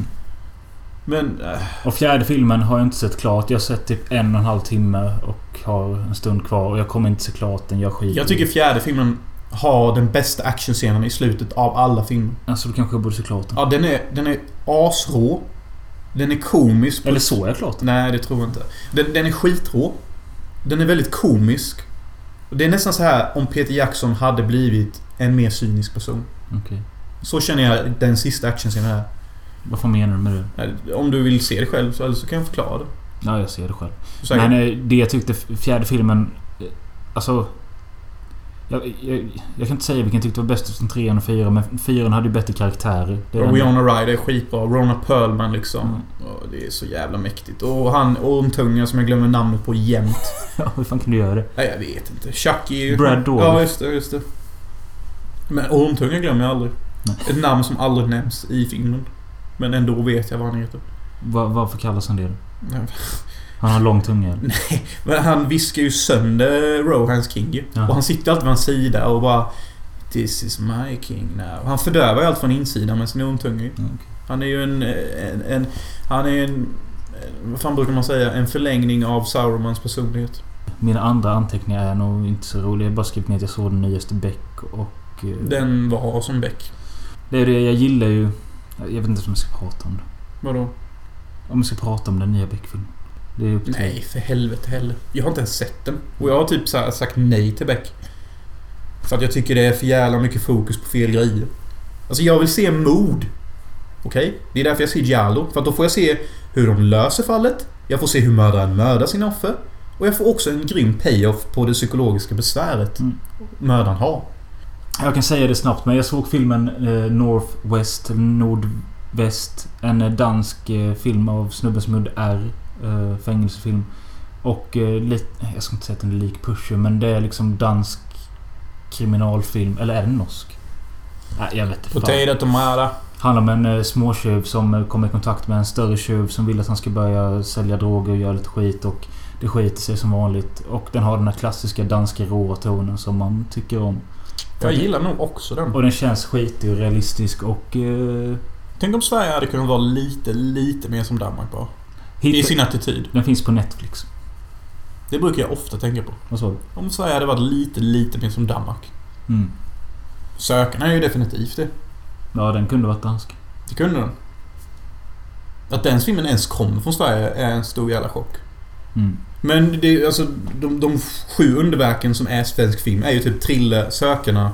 Men... Och fjärde filmen har jag inte sett klart. Jag har sett typ 1,5 timme och har en stund kvar. Och jag kommer inte se klart den. Jag tycker fjärde filmen har den bästa actionscenen i slutet av alla filmer. Alltså du kanske borde se klart den. Ja, den är asrå. Den är komisk. Eller så är jag klart. Nej, det tror jag inte. Den är skitrå. Den är väldigt komisk. Det är nästan så här om Peter Jackson hade blivit en mer cynisk person. Okay. Så känner jag den sista actionscenen här. Vad fan menar du med det? Om du vill se det själv så, eller så kan jag förklara det. Ja, jag ser det själv. Men det jag tyckte fjärde filmen... Alltså... Jag kan inte säga vilken tyckte var bäst från 3 och 4. Men 4 hade ju bättre karaktärer. Winona Ryder är skitbra. Rona Perlman liksom. Det är så jävla mäktigt. Och han ormtunga som jag glömmer namnet på jämt. Ja, hur fan kan du göra det? Nej, jag vet inte. Chucky. Brad Dourif. Ja, just det. Men ormtunga glömmer jag aldrig. Nej. Ett namn som aldrig nämns i filmen. Men ändå vet jag vad han heter. Varför kallas han det? Nej. Han har lång tunga. Nej, men han viskar ju sönder Rohans King. Ja. Och han sitter alltid vid hans sida och bara This is my king now. Och han fördövar ju allt från insidan med sin ormtunga. Okay. Han är ju en vad fan brukar man säga? En förlängning av Saurons personlighet. Mina andra anteckningar är nog inte så roliga. Jag bara skrivit ner att jag såg den nyaste Beck och... Den var som Beck. Det är det, jag gillar ju... Jag vet inte om jag ska prata om det. Vadå? Om jag ska prata om den nya Beck-filmen. Det är upp till. Nej, för helvete heller. Jag har inte ens sett den. Och jag har typ sagt nej till Beck. För att jag tycker det är för jävla mycket fokus på fel grejer. Alltså jag vill se mord. Okej? Det är därför jag ser Giallo. För att då får jag se hur de löser fallet. Jag får se hur mördaren mördar sina offer. Och jag får också en grym payoff på det psykologiska besväret mördaren har. Jag kan säga det snabbt, men jag såg filmen Nordväst. En dansk film av snubben som gjorde R. Fängelsefilm. Och lite, jag ska inte säga att den är lik Pusher, men det är liksom dansk kriminalfilm. Eller är det norsk? Nej, jag vet inte. Potato tomata. Handlar om en småtjuv som kommer i kontakt med en större tjuv som vill att han ska börja sälja droger och göra lite skit, och det skiter sig som vanligt. Och den har den här klassiska danska råa tonen som man tycker om. Jag gillar nog också den. Och den känns skitig och realistisk och... Tänk om Sverige hade kunnat vara lite mer som Danmark bara. I sin attityd. Den finns på Netflix. Det brukar jag ofta tänka på. Vad sa du? Om Sverige hade varit lite mer som Danmark. Sökarna är ju definitivt det. Ja, den kunde varit dansk. Det kunde den. Att den filmen ens kommer från Sverige är en stor jävla chock. Men det är alltså de 7 underverken som är svensk film är ju typ Thriller, Sökarna.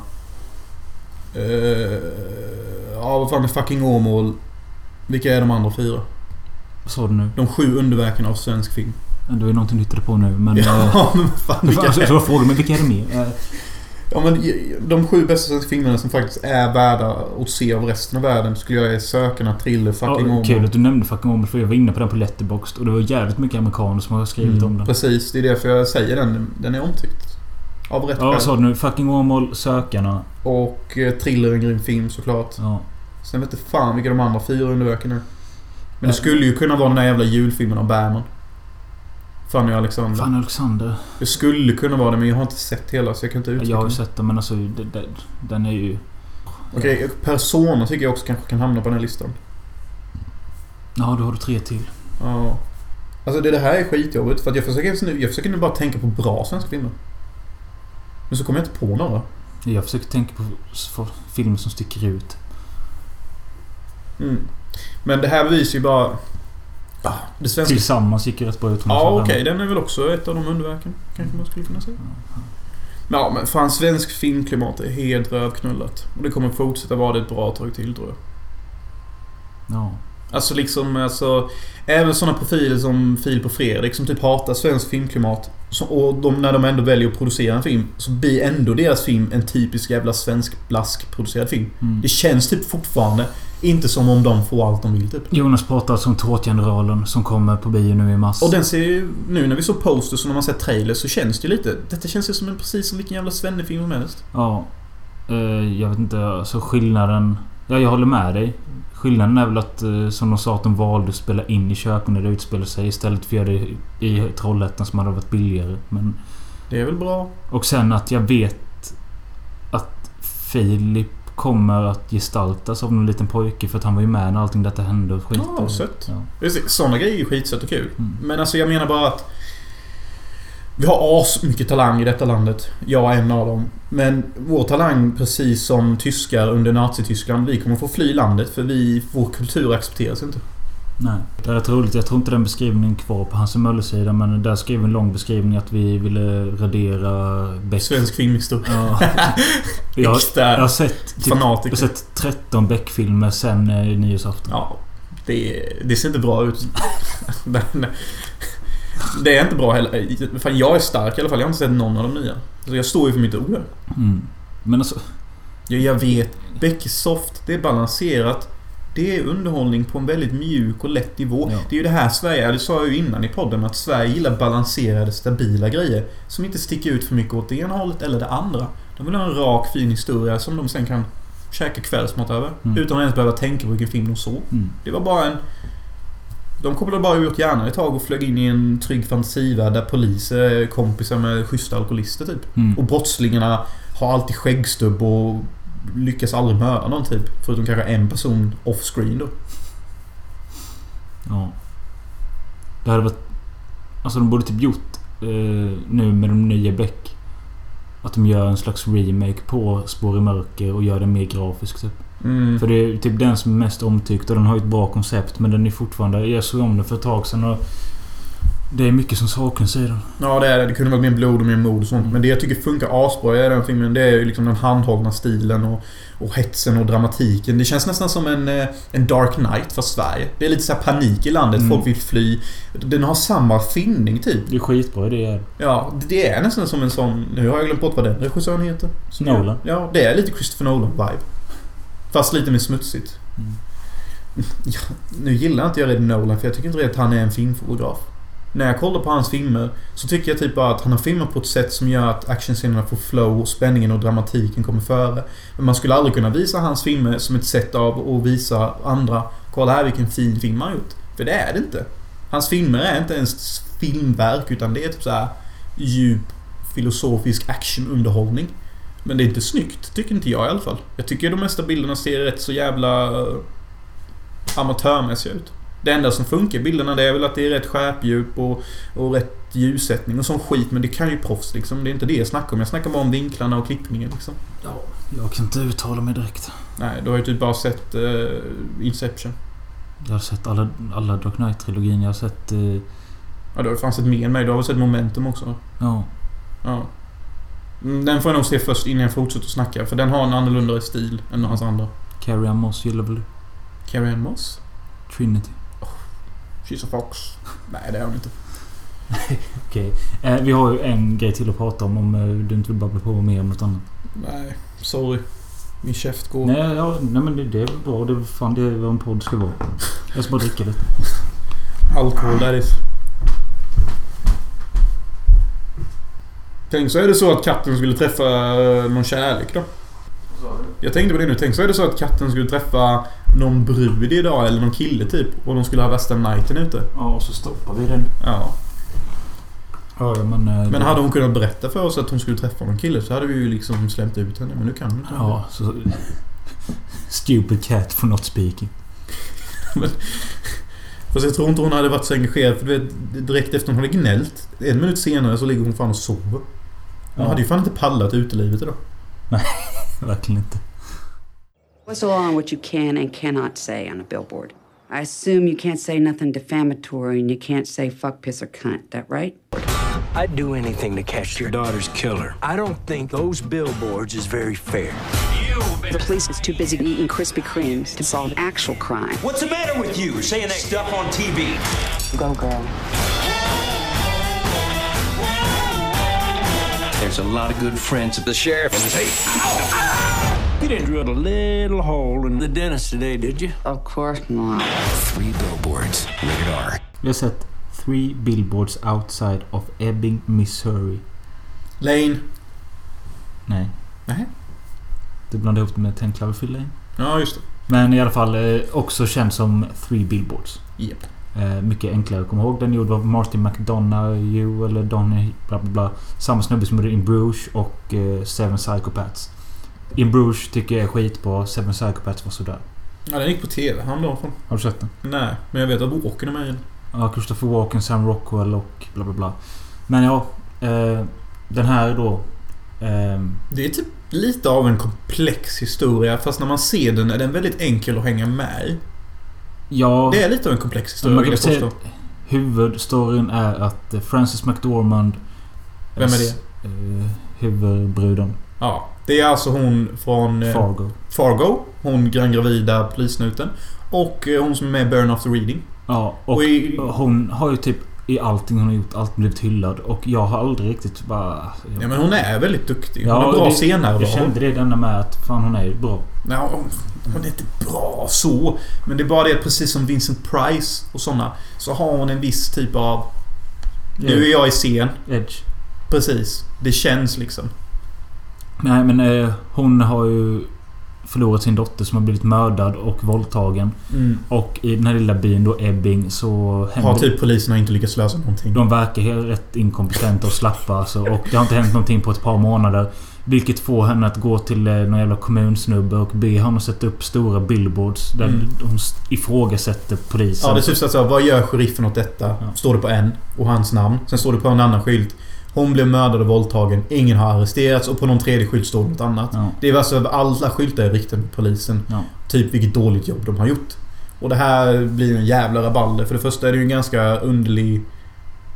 Vad fan är Fucking Åmål. Vilka är de andra 4? Vad sa du nu? De 7 underverken av svensk film. Det är någonting du hittade på nu, men... Ja, men fan, vilka är det? Så frågar du mig, vilka är det mer? Ja, men de 7 bästa svenska filmerna som faktiskt är värda att se av resten av världen skulle jag säga Sökarna, Thriller, Fucking Åmål. Kul att du nämnde Fucking Åmål, för jag var inne på den på Letterboxd och det var jävligt mycket amerikaner som har skrivit om den. Precis, det är därför jag säger den är omtyckt. Av rätt vad sa du nu? Fucking Åmål, Sökarna. Och Thriller, en grym film såklart. Ja. Sen vet inte fan vilka de andra 4 underverken är. Men det skulle ju kunna vara den där jävla julfilmen av Bergman. Fanny och Alexander. Det skulle kunna vara det, men jag har inte sett hela så jag kan inte uttrycka. Jag har ju sett den, men alltså den är ju... Okej, Persona tycker jag också kanske kan hamna på den här listan. Ja, då har du 3 till. Ja. Alltså det här är skitjobbigt, för att jag försöker nu bara tänka på bra svenska filmer. Men så kommer jag inte på några. Jag försöker tänka på filmer som sticker ut. Men det här bevisar ju bara... det svenska... Tillsammans gick ju rätt bra ut. Ja, okej. Den är väl också ett av de underverken. Kanske man skulle kunna säga. Ja, men fan, svensk filmklimat är helt rövknullat. Och det kommer fortsätta vara det ett bra tag till, tror jag. Ja. Alltså, även sådana profiler som Filip och Fredrik som typ hatar svensk filmklimat. Och när de ändå väljer att producera en film, så blir ändå deras film en typisk jävla svensk blaskproducerad film. Det känns typ fortfarande inte som om de får allt de vill typ. Jonas pratar som Tårtgeneralen som kommer på bio nu i mars. Och den ser ju, nu när vi såg posters och när man sett trailers, så känns det ju lite. Detta känns ju som precis som vilken jävla svennefilm som helst. Ja. Jag vet inte, alltså skillnaden... Ja, jag håller med dig. Skillnaden är väl att, som de sa, att de valde att spela in i Köping när det utspelar sig istället för att göra det i Trollhättan som hade varit billigare. Men... Det är väl bra. Och sen att jag vet att Filip kommer att gestaltas av en liten pojke, för att han var ju med när allting detta hände och skit. Ja, sött. Ja. Sådana grejer är ju skitsött och kul. Men alltså jag menar bara att vi har mycket talang i detta landet. Jag är en av dem. Men vår talang, precis som tyskar under Nazityskland, vi kommer få fly landet för vår kultur accepteras inte. Nej, det är rätt roligt. Jag tror inte den beskrivningen kvar på Hans Möller-sidan, men där skrev en lång beskrivning att vi ville radera Beck. Svensk filmhistoria. Ja. jag har sett 13 Beck-filmer sen nyårsafton. Ja, det ser inte bra ut. Det är inte bra heller. Fan, jag är stark i alla fall. Jag har inte sett någon av de nya. Så jag står ju för mitt ord. Men alltså... Jag vet. Beck är soft. Det är balanserat. Det är underhållning på en väldigt mjuk och lätt nivå. Ja. Det är ju det här Sverige, det sa jag ju innan i podden, att Sverige gillar balanserade, stabila grejer som inte sticker ut för mycket åt det ena hållet eller det andra. De vill ha en rak, fin historia som de sen kan käka kvällsmat över utan att ens behöva tänka på vilken film de såg. Det var bara de kopplade bara ut hjärnan ett tag och flög in i en trygg fantasivärld där poliser är kompisar med schyssta alkoholister typ. Och brottslingarna har alltid skäggstubb och lyckas aldrig mörda någon typ. Förutom kanske en person off-screen då. Ja. Det hade varit... Alltså de borde typ gjort nu med de nya Beck, att de gör en slags remake på Spår i mörker och gör den mer grafisk typ. För det är typ den som är mest omtyckt och den har ett bra koncept, men den är fortfarande... Jag såg om den för ett tag sedan och Det är mycket som saknas i den. Ja, det är det. Det kunde vara mer blod och mer mod och sånt. Men det jag tycker funkar asbra i den filmen, det är ju liksom den handhållna stilen och hetsen och dramatiken. Det känns nästan som en Dark Knight för Sverige. Det är lite så här panik i landet. Folk vill fly. Den har samma finning typ. Det är skitbra, det är. Ja, det är nästan som en sån... Nu har jag glömt bort vad den regissören heter. Nolan. Ja, det är lite Christopher Nolan-vibe. Fast lite mer smutsigt. Ja, nu gillar inte jag Red Nolan, för jag tycker inte att han är en filmfotograf. När jag kollar på hans filmer så tycker jag typ bara att han har filmat på ett sätt som gör att actionscenerna får flow och spänningen och dramatiken kommer före. Men man skulle aldrig kunna visa hans filmer som ett sätt av att visa andra, kolla här vilken fin film han har gjort. För det är det inte. Hans filmer är inte ens filmverk, utan det är typ så här djup filosofisk actionunderhållning. Men det är inte snyggt, tycker inte jag i alla fall. Jag tycker de mesta bilderna ser rätt så jävla amatörmässiga ut. Det enda som funkar i bilderna, det är väl att det är rätt skärpdjup och rätt ljussättning och sån skit. Men det kan ju proffs liksom. Det är inte det jag snackar om. Jag snackar bara om vinklarna och klippningen liksom. Ja, jag kan inte uttala mig direkt. Nej, du har ju typ bara sett Inception. Jag har sett alla Dark Knight-trilogin. Jag har sett... Ja, du har fan sett mer än mig. Du har väl sett Momentum också? Ja. Den får jag nog se först innan jag fortsätter att snacka. För den har en annorlunda stil än hans andra. Carrie-Anne Moss gillar väl du? Carrie-Anne Moss? Trinity. She's a fox. Nej, det är hon inte. Okej. Vi har ju en grej till att prata om du inte vill babbla på mer om något annat. Nej, sorry. Min käft går... Nej, men det är väl bra. Det är fan det vad en podd ska vara. Jag ska bara dricka lite. Alkohol, där är... Tänk så är det så att katten skulle träffa någon kärlek då. Jag tänkte på det nu. Tänk så är det så att katten skulle träffa någon brud idag eller någon kille typ. Och de skulle ha värsta nighten ute. Ja, och så stoppar vi den. Ja. Men hade hon kunnat berätta för oss att hon skulle träffa någon kille, så hade vi ju liksom släppt ut henne. Men nu kan hon inte. Ja, så... Stupid cat for not speaking. Fast jag tror inte hon hade varit så engagerad. För du vet, direkt efter hon hade gnällt, 1 minut senare så ligger hon fan och sover. Hon hade ju fan inte pallat utelivet idag. Nej, verkligen inte. What's the law on what you can and cannot say on a billboard? I assume you can't say nothing defamatory and you can't say fuck, piss or cunt. That right? I'd do anything to catch your daughter's killer. I don't think those billboards is very fair. The police is too busy eating Krispy Kremes to solve actual crime. What's the matter with you? Saying that stuff on TV. Go, girl. There's a lot of good friends of the sheriff. Hey, you didn't drill a little hole in the dentist today, did you? Of course not. 3 billboards. Rated R. Vi har sett 3 billboards outside of Ebbing, Missouri. Lane. Nej. Du blandade ihop det med 10 Cloverfield Lane. Ja, just det. Men i alla fall också känd som 3 billboards. Yep. Mycket enklare att komma ihåg. Den gjorde av Martin McDonough eller Donny bla bla bla. Samma snubbe som gjorde In Bruges och Seven Psychopaths. In Bruges tycker jag är skitbra. Seven Psychopaths var sådär. Ja, den gick på TV. Han då. Har du sett den? Nej, men jag vet att Walken är med i den. Ja, Christopher Walken, Sam Rockwell och bla bla bla. Men ja, den här då... Det är typ lite av en komplex historia. Fast när man ser den är den väldigt enkel att hänga med i. Ja, det är lite av en komplex historia. Man kan säga att huvudstoryn är att Frances McDormand... Vem är det? Huvudbruden. Ja, det är alltså hon från... Fargo. Hon gravida polissnuten. Och hon som är med i Burn After Reading. Ja, och hon har ju typ i allting hon har gjort, allt blivit hyllad. Och jag har aldrig riktigt bara... Ja, men hon är väldigt duktig. Hon är bra senare. Jag kände det denna med att fan, hon är ju bra. Ja, hon är inte bra så. Men det är bara det att precis som Vincent Price och sådana, så har hon en viss typ av... Nu är jag i scen. Edge. Precis. Det känns liksom. Nej, men hon har ju förlorat sin dotter som har blivit mördad och våldtagen. Och i den här lilla byn då, Ebbing, så har typ poliserna inte lyckats lösa någonting. De verkar helt rätt inkompetenta och slappa alltså, och det har inte hänt någonting på ett par månader. Vilket får henne att gå till någon jävla kommunsnubbe och be honom sätta upp stora billboards där hon ifrågasätter polisen. Ja, det syns alltså, vad gör sheriffen åt detta? Ja. Står det på en och hans namn. Sen står det på en annan skylt. Hon blev mördad och våldtagen. Ingen har arresterats. Och på någon tredje skylt står något annat. Ja. Det är alltså alla skyltar är riktade mot polisen. Ja. Typ vilket dåligt jobb de har gjort. Och det här blir en jävla rabalder. För det första är det ju en ganska underlig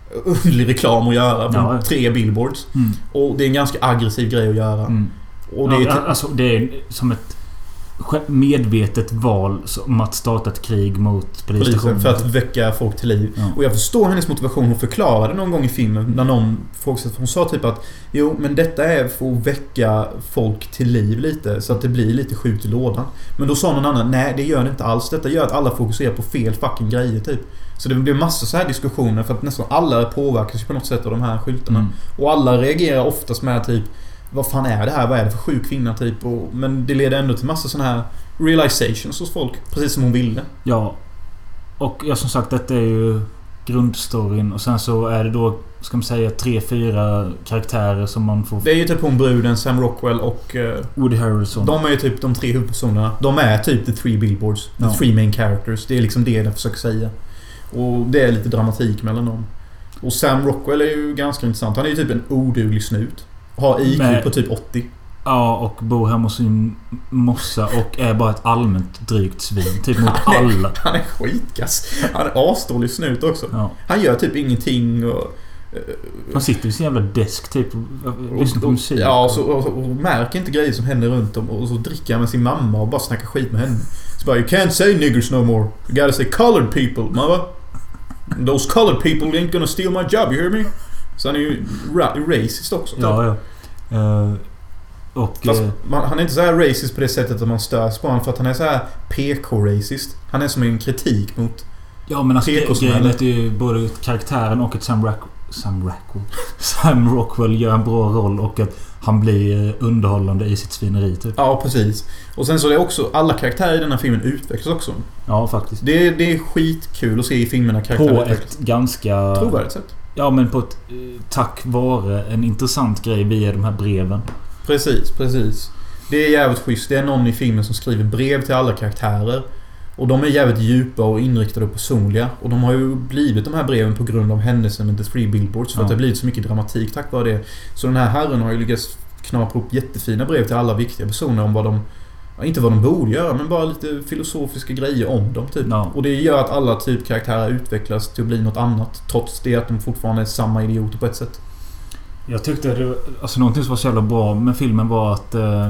underlig reklam att göra på 3 billboards. Och det är en ganska aggressiv grej att göra. Och det är alltså det är som ett medvetet val om att starta ett krig mot polisen för att väcka folk till liv. Och jag förstår hennes motivation. Hon förklarade någon gång i filmen när någon frågade, hon sa typ att jo, men detta är för att väcka folk till liv lite så att det blir lite skjut i lådan. Men då sa någon annan, nej det gör det inte alls. Detta gör att alla fokuserar på fel fucking grejer typ. Så det blir massor så här diskussioner för att nästan alla påverkas på något sätt av de här skyltarna. Och alla reagerar oftast med typ vad fan är det här? Vad är det för sjuk kvinna typ? Men det leder ändå till massa såna här realizations hos folk. Precis som hon ville. Ja. Och som sagt, detta är ju grundstoryn. Och sen så är det då, ska man säga, 3-4 karaktärer som man får... Det är ju typ hon bruden, Sam Rockwell och... Woody Harrelson. De är ju typ de 3 huvudpersonerna. De är typ the 3 billboards. The 3 main characters. Det är liksom det jag försöker säga. Och det är lite dramatik mellan dem. Och Sam Rockwell är ju ganska intressant. Han är ju typ en oduglig snut. Har IQ på typ 80. Ja, och bor hemma hos sin mossa och är bara ett allmänt drygt svin. Typ mot alla. Han är skitkass. Han är asdålig snut också. Ja. Han gör typ ingenting och... Han sitter vid sin jävla desk typ och lyssnar på musik. Ja, och märker inte grejer som händer runt om. Och så dricker han med sin mamma och bara snackar skit med henne. Så bara, you can't say niggers no more. You gotta say colored people, mother. Those colored people ain't gonna steal my job, you hear me? Så han är ju racist också. Typ. Ja. Fast han är inte så här racist på det sättet att man störs på honom. För att han är så här PK-racist. Han är som en kritik mot... Ja, men alltså grejen är ju både karaktären och att Sam Rockwell gör en bra roll och att han blir underhållande i sitt svineri typ. Ja, precis. Och sen så är det också, alla karaktärer i den här filmen utvecklas också. Ja, faktiskt. Det är skitkul att se i filmerna karaktärer på ett ganska... trovärdigt sätt. Ja, men på ett tack vare en intressant grej via de här breven. Precis. Det är jävligt schysst. Det är någon i filmen som skriver brev till alla karaktärer. Och de är jävligt djupa och inriktade och personliga. Och de har ju blivit de här breven på grund av händelsen med The 3 Billboards. För att det har blivit så mycket dramatik tack vare det. Så den här herren har ju lyckats knapra upp jättefina brev till alla viktiga personer om vad de... Inte vad de borde göra, men bara lite filosofiska grejer om dem typ. Ja. Och det gör att alla typ karaktärer utvecklas till att bli något annat. Trots det att de fortfarande är samma idioter på ett sätt. Jag tyckte att alltså någonting som var så jävla bra med filmen var att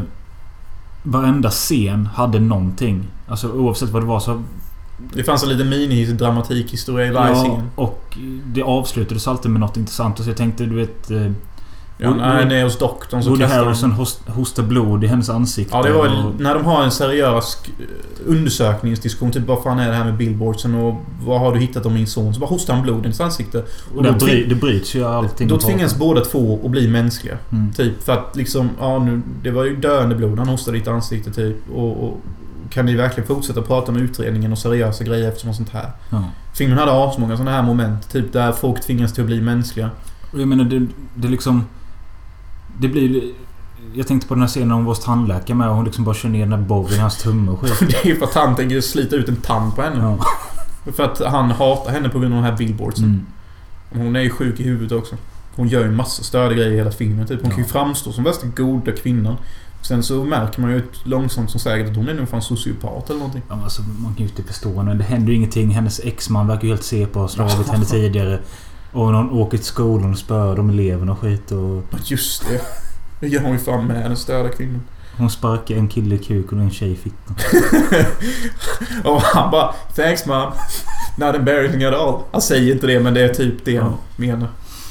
varenda scen hade någonting. Alltså oavsett vad det var så... Det fanns en liten mini-dramatikhistoria i varje scen. Och det avslutades alltid med något intressant. Så jag tänkte, du vet... nej, hos doktorn så Woody Harrelson hostar blod i hennes ansikte. Ja, det var när de har en seriös undersökningsdiskussion. Typ, vad fan är det här med billboardsen och vad har du hittat om min son? Så bara hostar han blod i hennes ansikte. Och det bryts ju allting. Då tvingas båda två att bli mänskliga. Typ, för att liksom, det var ju döende blod. Han hostade ditt ansikte typ. Och kan ni verkligen fortsätta prata om utredningen och seriösa grejer eftersom sånt här? Ja. Filmen hade asmånga sådana här moment. Typ där folk tvingas till att bli mänskliga. Och jag menar, det liksom... Det blir... Jag tänkte på den här scenen om vår tandläkare med och hon liksom bara kör ner den här borren i hans tumme och skit. Det är ju för att han tänker slita ut en tand på henne. Ja. För att han hatar henne på grund av de här billboardsen. Hon är ju sjuk i huvudet också. Hon gör ju en massa störda grejer i hela filmen. Typ. Hon kan ju framstå som värsta goda kvinnan. Sen så märker man ju långsamt som säkert att hon är nog fan sociopat eller någonting. Ja, alltså, man kan ju inte förstå henne. Det händer ju ingenting. Hennes exman verkar ju helt se på och slagit henne tidigare. Och någon åker till skolan och spör de eleverna och skit och... Just det. Det gör hon ju fan med den störda kvinnan. Hon sparkar en kille i kuk och en tjej i fittan. Och han bara, thanks mom. Not embarrassing at all. Han säger inte det, men det är typ det han menar.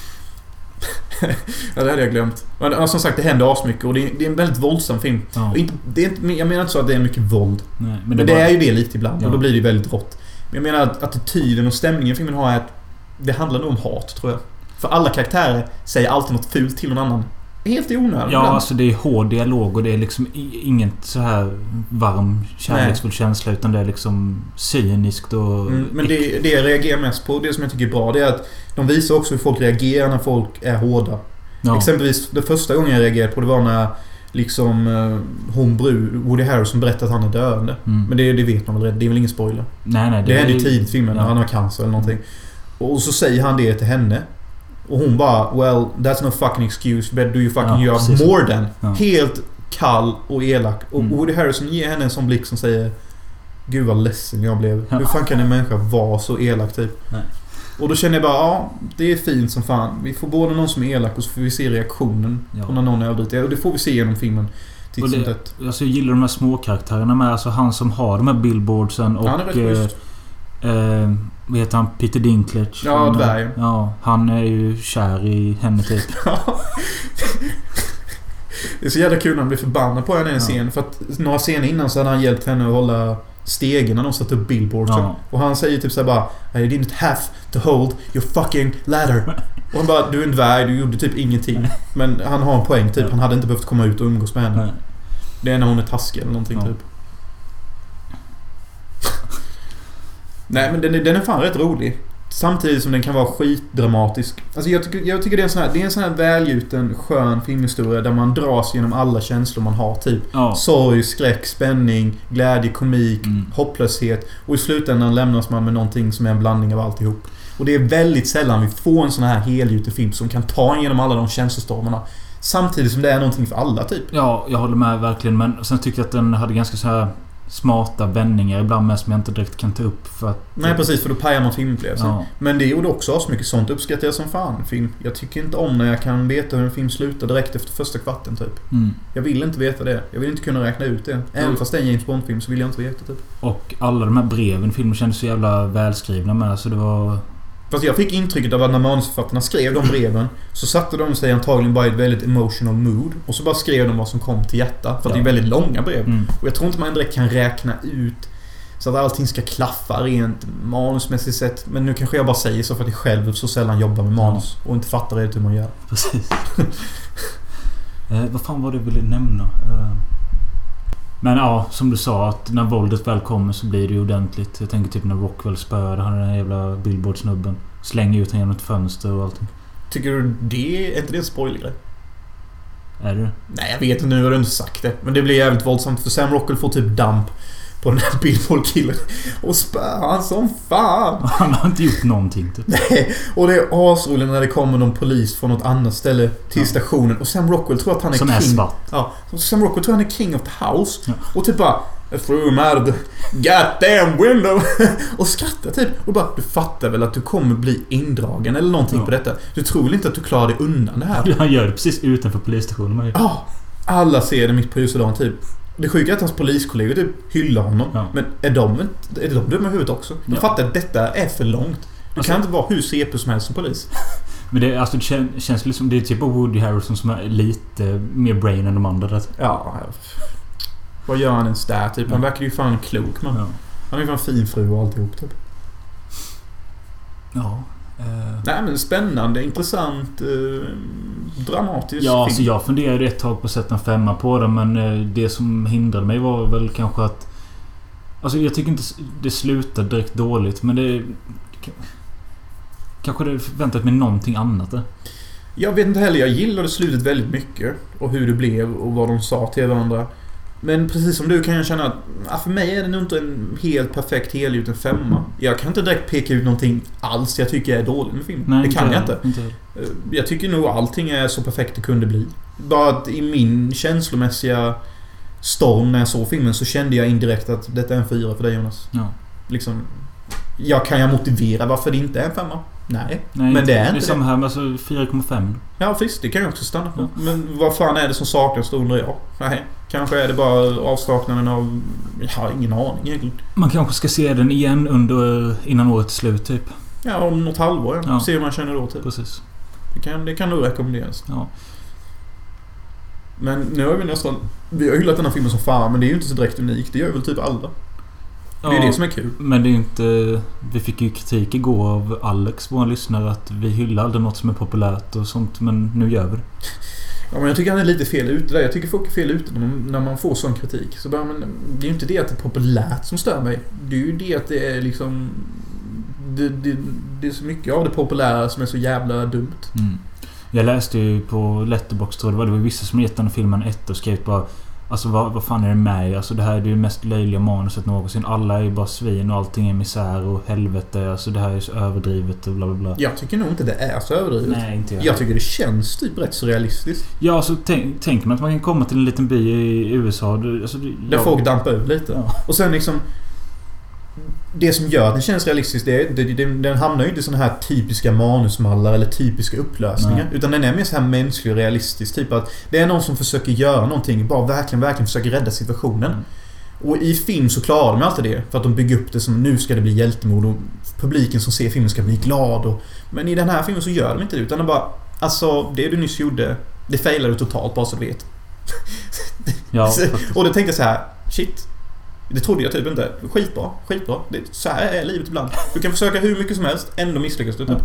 Ja, det hade jag glömt. Men som sagt, det händer asmycket och det är en väldigt våldsam film. Ja. Jag menar inte så att det är mycket våld. Nej, men det är ju det lite ibland. Ja. Och då blir det väldigt rått. Men jag menar att attityden och stämningen filmen har är att det handlar nog om hat, tror jag. För alla karaktärer säger alltid något fult till någon annan. Helt i onödan. Ja, alltså det är hård dialog och det är liksom inget så här varm, kärleksfull känsla, utan det är liksom cyniskt och... men det jag reagerar mest på, det som jag tycker är bra, det är att de visar också hur folk reagerar när folk är hårda. Ja. Exempelvis, det första gången jag reagerade på det var när liksom Woody Harrelson berättade att han är döende. Men det vet man väl rätt, det är väl ingen spoiler. Nej, det hände ju tidigt i filmen när han har cancer eller någonting. Och så säger han det till henne. Och hon bara, well, that's no fucking excuse. But do you fucking you more than. Ja. Helt kall och elak. Och Woody Harrelson ger henne en sån blick som säger, gud vad ledsen jag blev. Hur fan kan en människa vara så elak typ? Nej. Och då känner jag bara, ja, det är fint som fan. Vi får både någon som är elak och så får vi se reaktionen på när någon är överdrivet. Och det får vi se genom filmen. Alltså jag gillar de här små karaktärerna med. Alltså han som har de här billboardsen och... Han är rätt schysst. Vad heter han? Peter Dinklage. Ja, dvärgen. Ja, han är ju kär i henne typ. Det är så jävla kul när han blir förbannad på henne i en scen. För att några scener innan så hade han hjälpt henne att hålla stegen när de satt upp billboardsen. Ja. Och han säger typ såhär bara, I didn't have to hold your fucking ladder. Och han bara, du är en dvärg, du gjorde typ ingenting. Men han har en poäng typ. Han hade inte behövt komma ut och umgås med henne. Nej. Det är när hon är taskig eller någonting typ. Nej, men den är fan rätt rolig. Samtidigt som den kan vara skitdramatisk. Alltså jag tycker det är en sån här välgjuten, skön filmhistoria där man dras genom alla känslor man har typ. Sorg, skräck, spänning, glädje, komik, hopplöshet. Och i slutändan lämnas man med någonting som är en blandning av alltihop. Och det är väldigt sällan vi får en sån här helgjuten film som kan ta igenom alla de känslostormarna. Samtidigt som det är någonting för alla typ. Ja, jag håller med verkligen. Men sen tyckte jag att den hade ganska så här smarta vändningar ibland med som jag inte direkt kan ta upp för att... Nej, precis, för då pajar man filmupplevelsen. Ja. Men det gjorde också så mycket sånt. Uppskattar jag som fan film. Jag tycker inte om när jag kan veta hur en film slutar direkt efter första kvarten typ. Jag vill inte veta det. Jag vill inte kunna räkna ut det. Även fast det är en James Bond-film så vill jag inte veta typ. Och alla de här breven filmen kändes så jävla välskrivna med, så det var... Fast jag fick intrycket av att när manusförfattarna skrev de breven så satte de sig antagligen bara i ett väldigt emotional mood. Och så bara skrev de vad som kom till hjärta. För att det är väldigt långa brev. Och jag tror inte man direkt kan räkna ut så att allting ska klaffa rent manusmässigt sett. Men nu kanske jag bara säger så för att jag själv så sällan jobbar med manus. Och inte fattar det hur man gör. Precis. Vad fan var det jag ville nämna? Men ja, som du sa, att när våldet väl kommer så blir det ju ordentligt. Jag tänker typ när Rockwell spöade han den här jävla billboardsnubben. Slänger ut han genom ett fönster och allting. Tycker du det är inte det en spoilergrej? Är det? Nej, jag vet inte, nu har du inte sagt det. Men det blir jävligt våldsamt för Sam Rockwell får typ damp på den här billboardkillen. Och spör han som fan. Han har inte gjort någonting typ. Nej, och det är asroligt när det kommer någon polis från något annat ställe till stationen. Och Sam Rockwell tror att han är som king. Som är svart. Ja, Sam Rockwell tror att han är king of the house. Och typ bara I threw him out of the goddamn window. Och skrattar typ. Och bara, du fattar väl att du kommer bli indragen eller någonting på detta. Du tror väl inte att du klarar dig undan det här. Han gör det precis utanför polisstationen. Ja, alla ser det mitt på ljuset dagen typ. Det sjuka är att hans poliskollegor typ hyllar honom. Men är de dumma i huvudet också? De fattar att detta är för långt. Du kan inte vara hur CP som helst som polis. Men det, alltså, det känns liksom... Det är typ Woody Harrelson som är lite mer brain än de andra. Ja. Vad gör han ens där typ? Han verkar ju fan klok man. Han är ju fan fin fru och alltihop typ. Ja. Nej, men spännande, intressant, dramatisk ja, film. Alltså jag funderade ett tag på att sätta en 5 på den. Men det som hindrade mig var väl kanske att... Alltså jag tycker inte det slutar direkt dåligt. Men det... Kanske det förväntat mig någonting annat där. Jag vet inte heller, jag gillade slutet väldigt mycket. Och hur det blev och vad de sa till varandra. Men precis som du kan jag känna att för mig är det nog inte en helt perfekt helgjuten 5. Jag kan inte direkt peka ut någonting alls jag tycker är dåligt med filmen. Nej, det kan jag inte. Jag tycker nog allting är så perfekt det kunde bli. Bara att i min känslomässiga storm när jag såg filmen så kände jag indirekt att detta är en 4 för dig, Jonas. Ja. Liksom, kan jag motivera varför det inte är en 5? Nej, men det är inte det. Är samma här med alltså 4,5. Ja, visst, det kan jag också stanna på. Ja. Men vad fan är det som saknas då, undrar jag? Nej, kanske är det bara avsaknaden av... Jag har ingen aning egentligen. Man kanske ska se den igen innan året är slut typ. Ja, om något halvår. Ja. Se hur man känner då typ. Precis. Det kan nog rekommenderas. Ja. Men nu har vi nästan... Vi har hyllat den här filmen som fan, men det är ju inte så direkt unikt. Det gör väl typ alla. Det är det som är kul. Men det är inte... Vi fick ju kritik igår av Alex, vår lyssnare, att vi hyllar aldrig något som är populärt och sånt, men nu gör vi det. Ja, men jag tycker han är lite fel ute där. Jag tycker folk är fel ute när man får sån kritik. Så bara, men det är ju inte det att det är populärt som stör mig. Det är ju det att det är liksom... Det är så mycket av det populära som är så jävla dumt. Jag läste ju på Letterboxd, tror det var vissa som gett den filmen 1 och skrev bara... Alltså vad fan är det med? Alltså det här är ju det mest löjliga manuset någonsin. Alla är ju bara svin och allting är misär och helvete. Alltså det här är så överdrivet och bla bla bla. Jag tycker nog inte det är så överdrivet. Nej, inte jag. Jag tycker det känns typ rätt så realistiskt. Ja, alltså tänk man att man kan komma till en liten by i USA. Alltså, där folk dampar ut lite. Ja. Och sen liksom... det som gör att den känns realistisk, den hamnar ju inte i såna här typiska manusmallar eller typiska upplösningar. Utan den är mer så här mänsklig och realistisk. Typ att det är någon som försöker göra någonting, bara verkligen försöker rädda situationen. Och i film så klarar de alltid det. För att de bygger upp det som nu ska det bli hjältemod och publiken som ser filmen ska bli glad. Men i den här filmen så gör de inte det. Utan de bara, alltså det du nyss gjorde, det failade totalt, bara så du vet. Ja, och då tänkte jag så här, shit. Det trodde jag typ inte. Skitbra. Så här är livet ibland. Du kan försöka hur mycket som helst, ändå misslyckas du typ.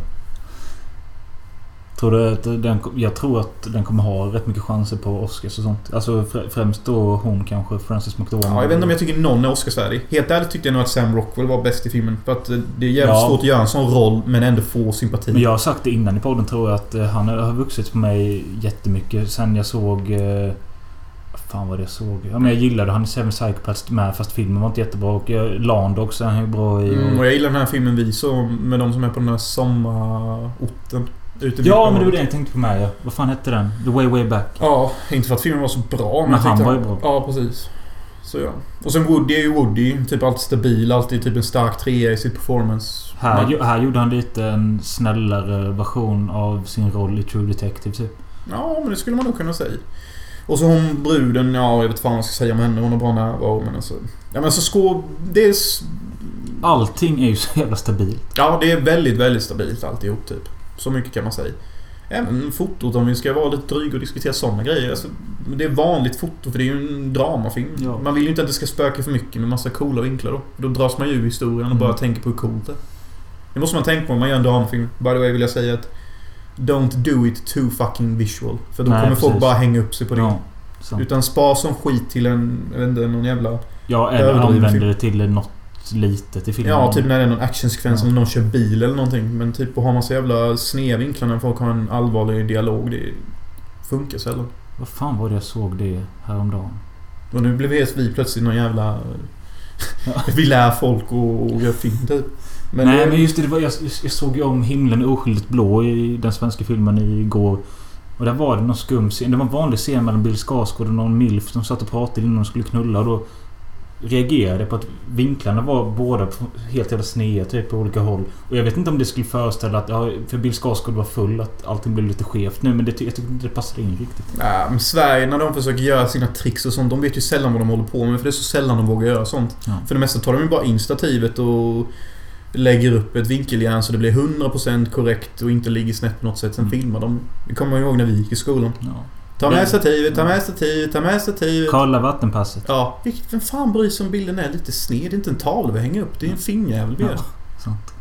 Jag tror att den kommer ha rätt mycket chanser på Oscars och sånt. Alltså främst då hon kanske, Frances McDormand. Ja, jag vet inte om jag tycker någon är Oscarsvärdig. Helt ärligt tyckte jag nog att Sam Rockwell var bäst i filmen. För att det är jävligt svårt att göra en sån roll men ändå få sympati. Men jag har sagt det innan i podden, tror jag, att han har vuxit på mig jättemycket sen jag såg... Fan vad det jag såg. Ja, men jag gillade han i Seven Psychopaths med, fast filmen var inte jättebra. Och Land också, han är bra i... och jag gillar den här filmen vi så med de som är på den här sommarorten. Ja, men det var det jag tänkte på med. Ja. Vad fan hette den? The Way Back. Ja, inte för att filmen var så bra. Men han var ju bra. Ja, precis. Så ja. Och sen Woody är ju Woody. Typ alltid stabil. Alltid typ en stark trea i sitt performance. Här gjorde han lite en snällare version av sin roll i True Detective typ. Ja, men det skulle man nog kunna säga. Och så hon bruden, jag vet fan vad jag ska säga om henne. Hon har bra närvaro, men alltså... Ja, men alltså det är... Allting är ju så jävla stabilt. Ja, det är väldigt, väldigt stabilt alltihop typ. Så mycket kan man säga. Även fotot, om vi ska vara lite dryga och diskutera sådana grejer. Alltså, det är vanligt foto, för det är ju en dramafilm. Ja. Man vill ju inte att det ska spöka för mycket med massa coola vinklar då. Då dras man ju i historien och bara tänker på hur coolt det är. Det måste man tänka på om man gör en dramafilm. By the way vill jag säga att don't do it too fucking visual. För då kommer folk bara hänga upp sig på det. Ja, utan spar som skit till någon jävla... Ja, eller använder det till något litet i filmen. Ja, typ när det är någon actionsekvens eller någon kör bil eller någonting. Men typ att ha massa jävla snedvinklar när folk har en allvarlig dialog, det funkar sällan. Vad fan var det jag såg det häromdagen? Och nu blev vi plötsligt någon jävla... vi lär folk och gör film typ. Men just det, jag såg ju om Himlen oskyldigt blå i den svenska filmen igår. Och där var det någon skum scen. Det var en vanlig scen mellan Bill Skarsgård och någon milf som satt och pratade innan de skulle knulla. Och då reagerade på att vinklarna var båda helt jävla sneda typ på olika håll. Och jag vet inte om det skulle föreställa att för Bill Skarsgård var full, att allting blev lite skevt nu, men jag tycker inte det passade in riktigt. Ja, men Sverige när de försöker göra sina tricks och sånt, de vet ju sällan vad de håller på med, för det är så sällan de vågar göra sånt. Ja. För det mesta tar de ju bara in stativet och lägger upp ett vinkeljärn så det blir 100% korrekt och inte ligger snett på något sätt. Sen filmar de. Det kommer jag ihåg när vi gick i skolan. Ja. Ta med stativet. Kolla vattenpasset. Ja, vem fan bryr sig om bilden är lite sned? Det är inte en tavla vi hänger upp. Det är en finjävel vi gör. Ja, sant.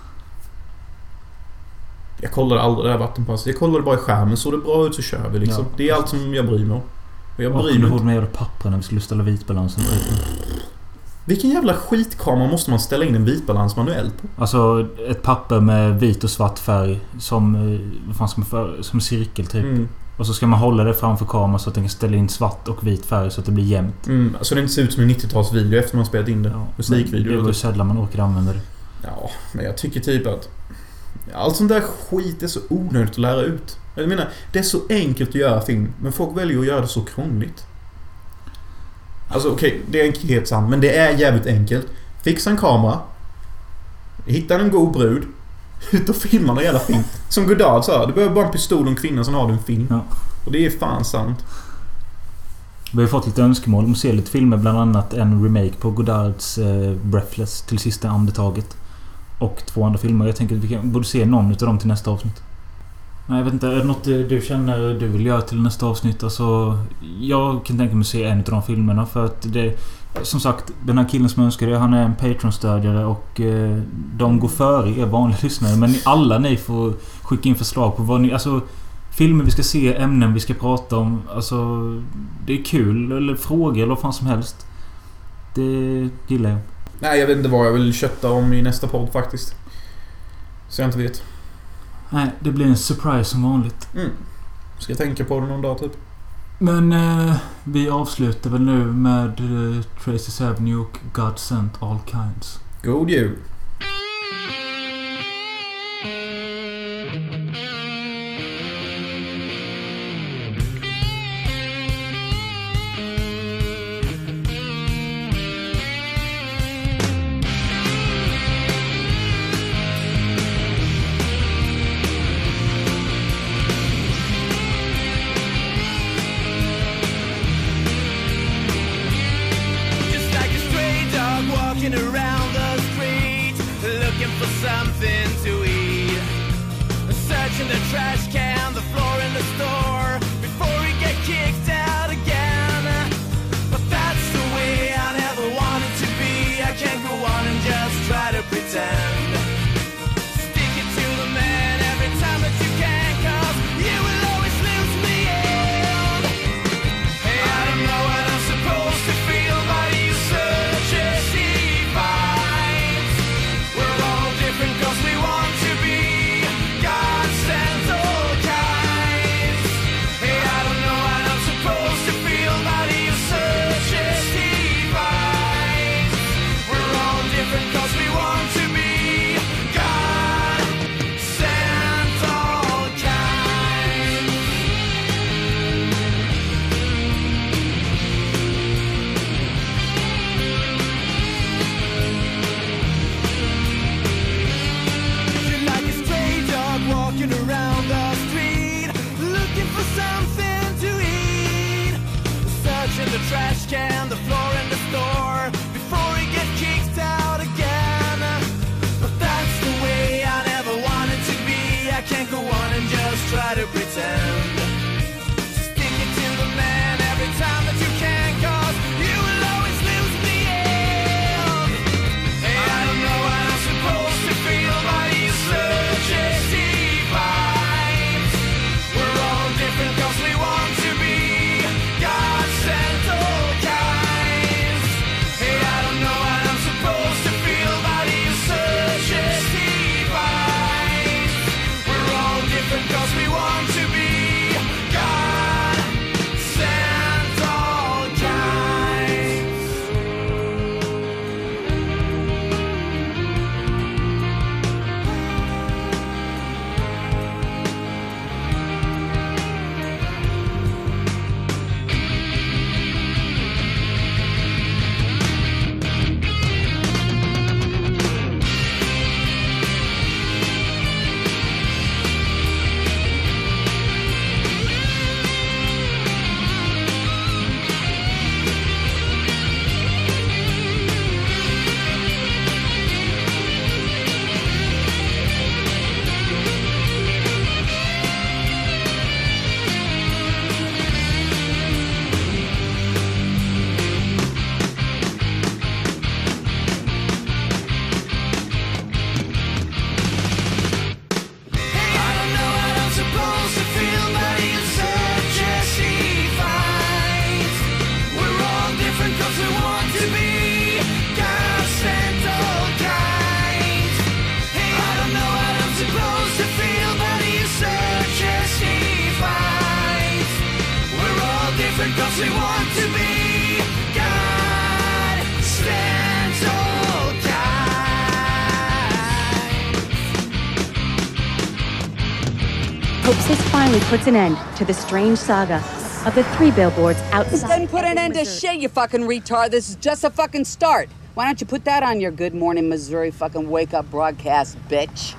Jag kollade aldrig det här vattenpasset. Jag kollade bara i skärmen. Så det bra ut så kör vi liksom. Ja, det är allt som jag bryr mig om. Och jag bryr mig inte. Med jävla papper när vi skulle ställa vitbalansen. Vilken jävla skitkamera måste man ställa in en vitbalans manuellt på? Alltså ett papper med vit och svart färg som cirkel typ. Och så ska man hålla det framför kameran så att den kan ställa in svart och vit färg så att det blir jämnt. Så det inte ser ut som en 90-talsvideo efter man spelat in det. Ja, musikvideo. Det var ju sällan man orkar använda det. Ja, men jag tycker typ att allt sånt där skit är så onödigt att lära ut. Jag menar, det är så enkelt att göra film, men folk väljer att göra det så krångligt. Alltså okej, det är enkelhetsand, men det är jävligt enkelt. Fixa en kamera, hitta en god brud, ut och filma någon jävla film. Som Godard sa, du behöver bara en pistol och en kvinna, så har du en film. Ja. Och det är fan sant. Vi har fått lite önskemål om att se lite filmer, bland annat en remake på Godards Breathless, Till sista andetaget. Och 2 andra filmer. Jag tänker att vi borde se någon utav dem till nästa avsnitt. Nej, jag vet inte, är det något du känner du vill göra till nästa avsnitt? Alltså, jag kan tänka mig att se en av de filmerna, för att det, som sagt, den här killen som önskar det, han är en Patreon-stödjare och de går före er vanliga lyssnare. Men alla ni får skicka in förslag på vad ni, alltså filmer vi ska se, ämnen vi ska prata om. Alltså, det är kul, eller frågor eller vad fan som helst. Det gillar jag. Nej, jag vet inte vad jag vill kötta om i nästa podd faktiskt. Så jag inte vet. Nej, det blir en surprise som vanligt. Ska jag tänka på det någon dag typ. Men vi avslutar väl nu med Tracy's Avenue och God Sent All Kinds. God jul! something to eat. Searching the trash can, the floor in the store, before we get kicked out again. But that's the way I never wanted to be. I can't go on and just try to pretend. Stick it to the man every time that you can, 'cause you will always lose in the end. Hey, I don't know what I'm supposed to feel, but you search as he finds. We're all different 'cause we want to be. God sends all kinds. Hey, I don't know what I'm supposed to feel, but you search as he finds. We're all different 'cause we want to be. God sends all kinds. You're like a stray dog walking around the street, looking for something to eat. Searching the trash can, the floor in the store, before he gets kicked out again. But that's the way I never wanted to be. I can't go on and just try to pretend. Stick it to the man every time that you can, 'cause you will always lose in the end. Hey, I don't know what I'm supposed to feel, but you search as he finds. We're all different 'cause we want to be. God sent all kinds. Hey, I don't know what I'm supposed to feel, but you search as he finds. We're all different 'cause we want to be. God sent all kinds. Hey, I don't know what I'm supposed to feel, but you search as he finds. We're all different 'cause we want to be. God sent all kinds. Hey, I don't know what I'm supposed to feel, but you search as he finds. We're all different 'cause we want to be. God sent all kinds. Hopesis finally puts an end to the strange saga of the 3 billboards This outside. doesn't put an end to shit, you fucking retard. This is just a fucking start. Why don't you put that on your Good Morning Missouri fucking wake up broadcast, bitch?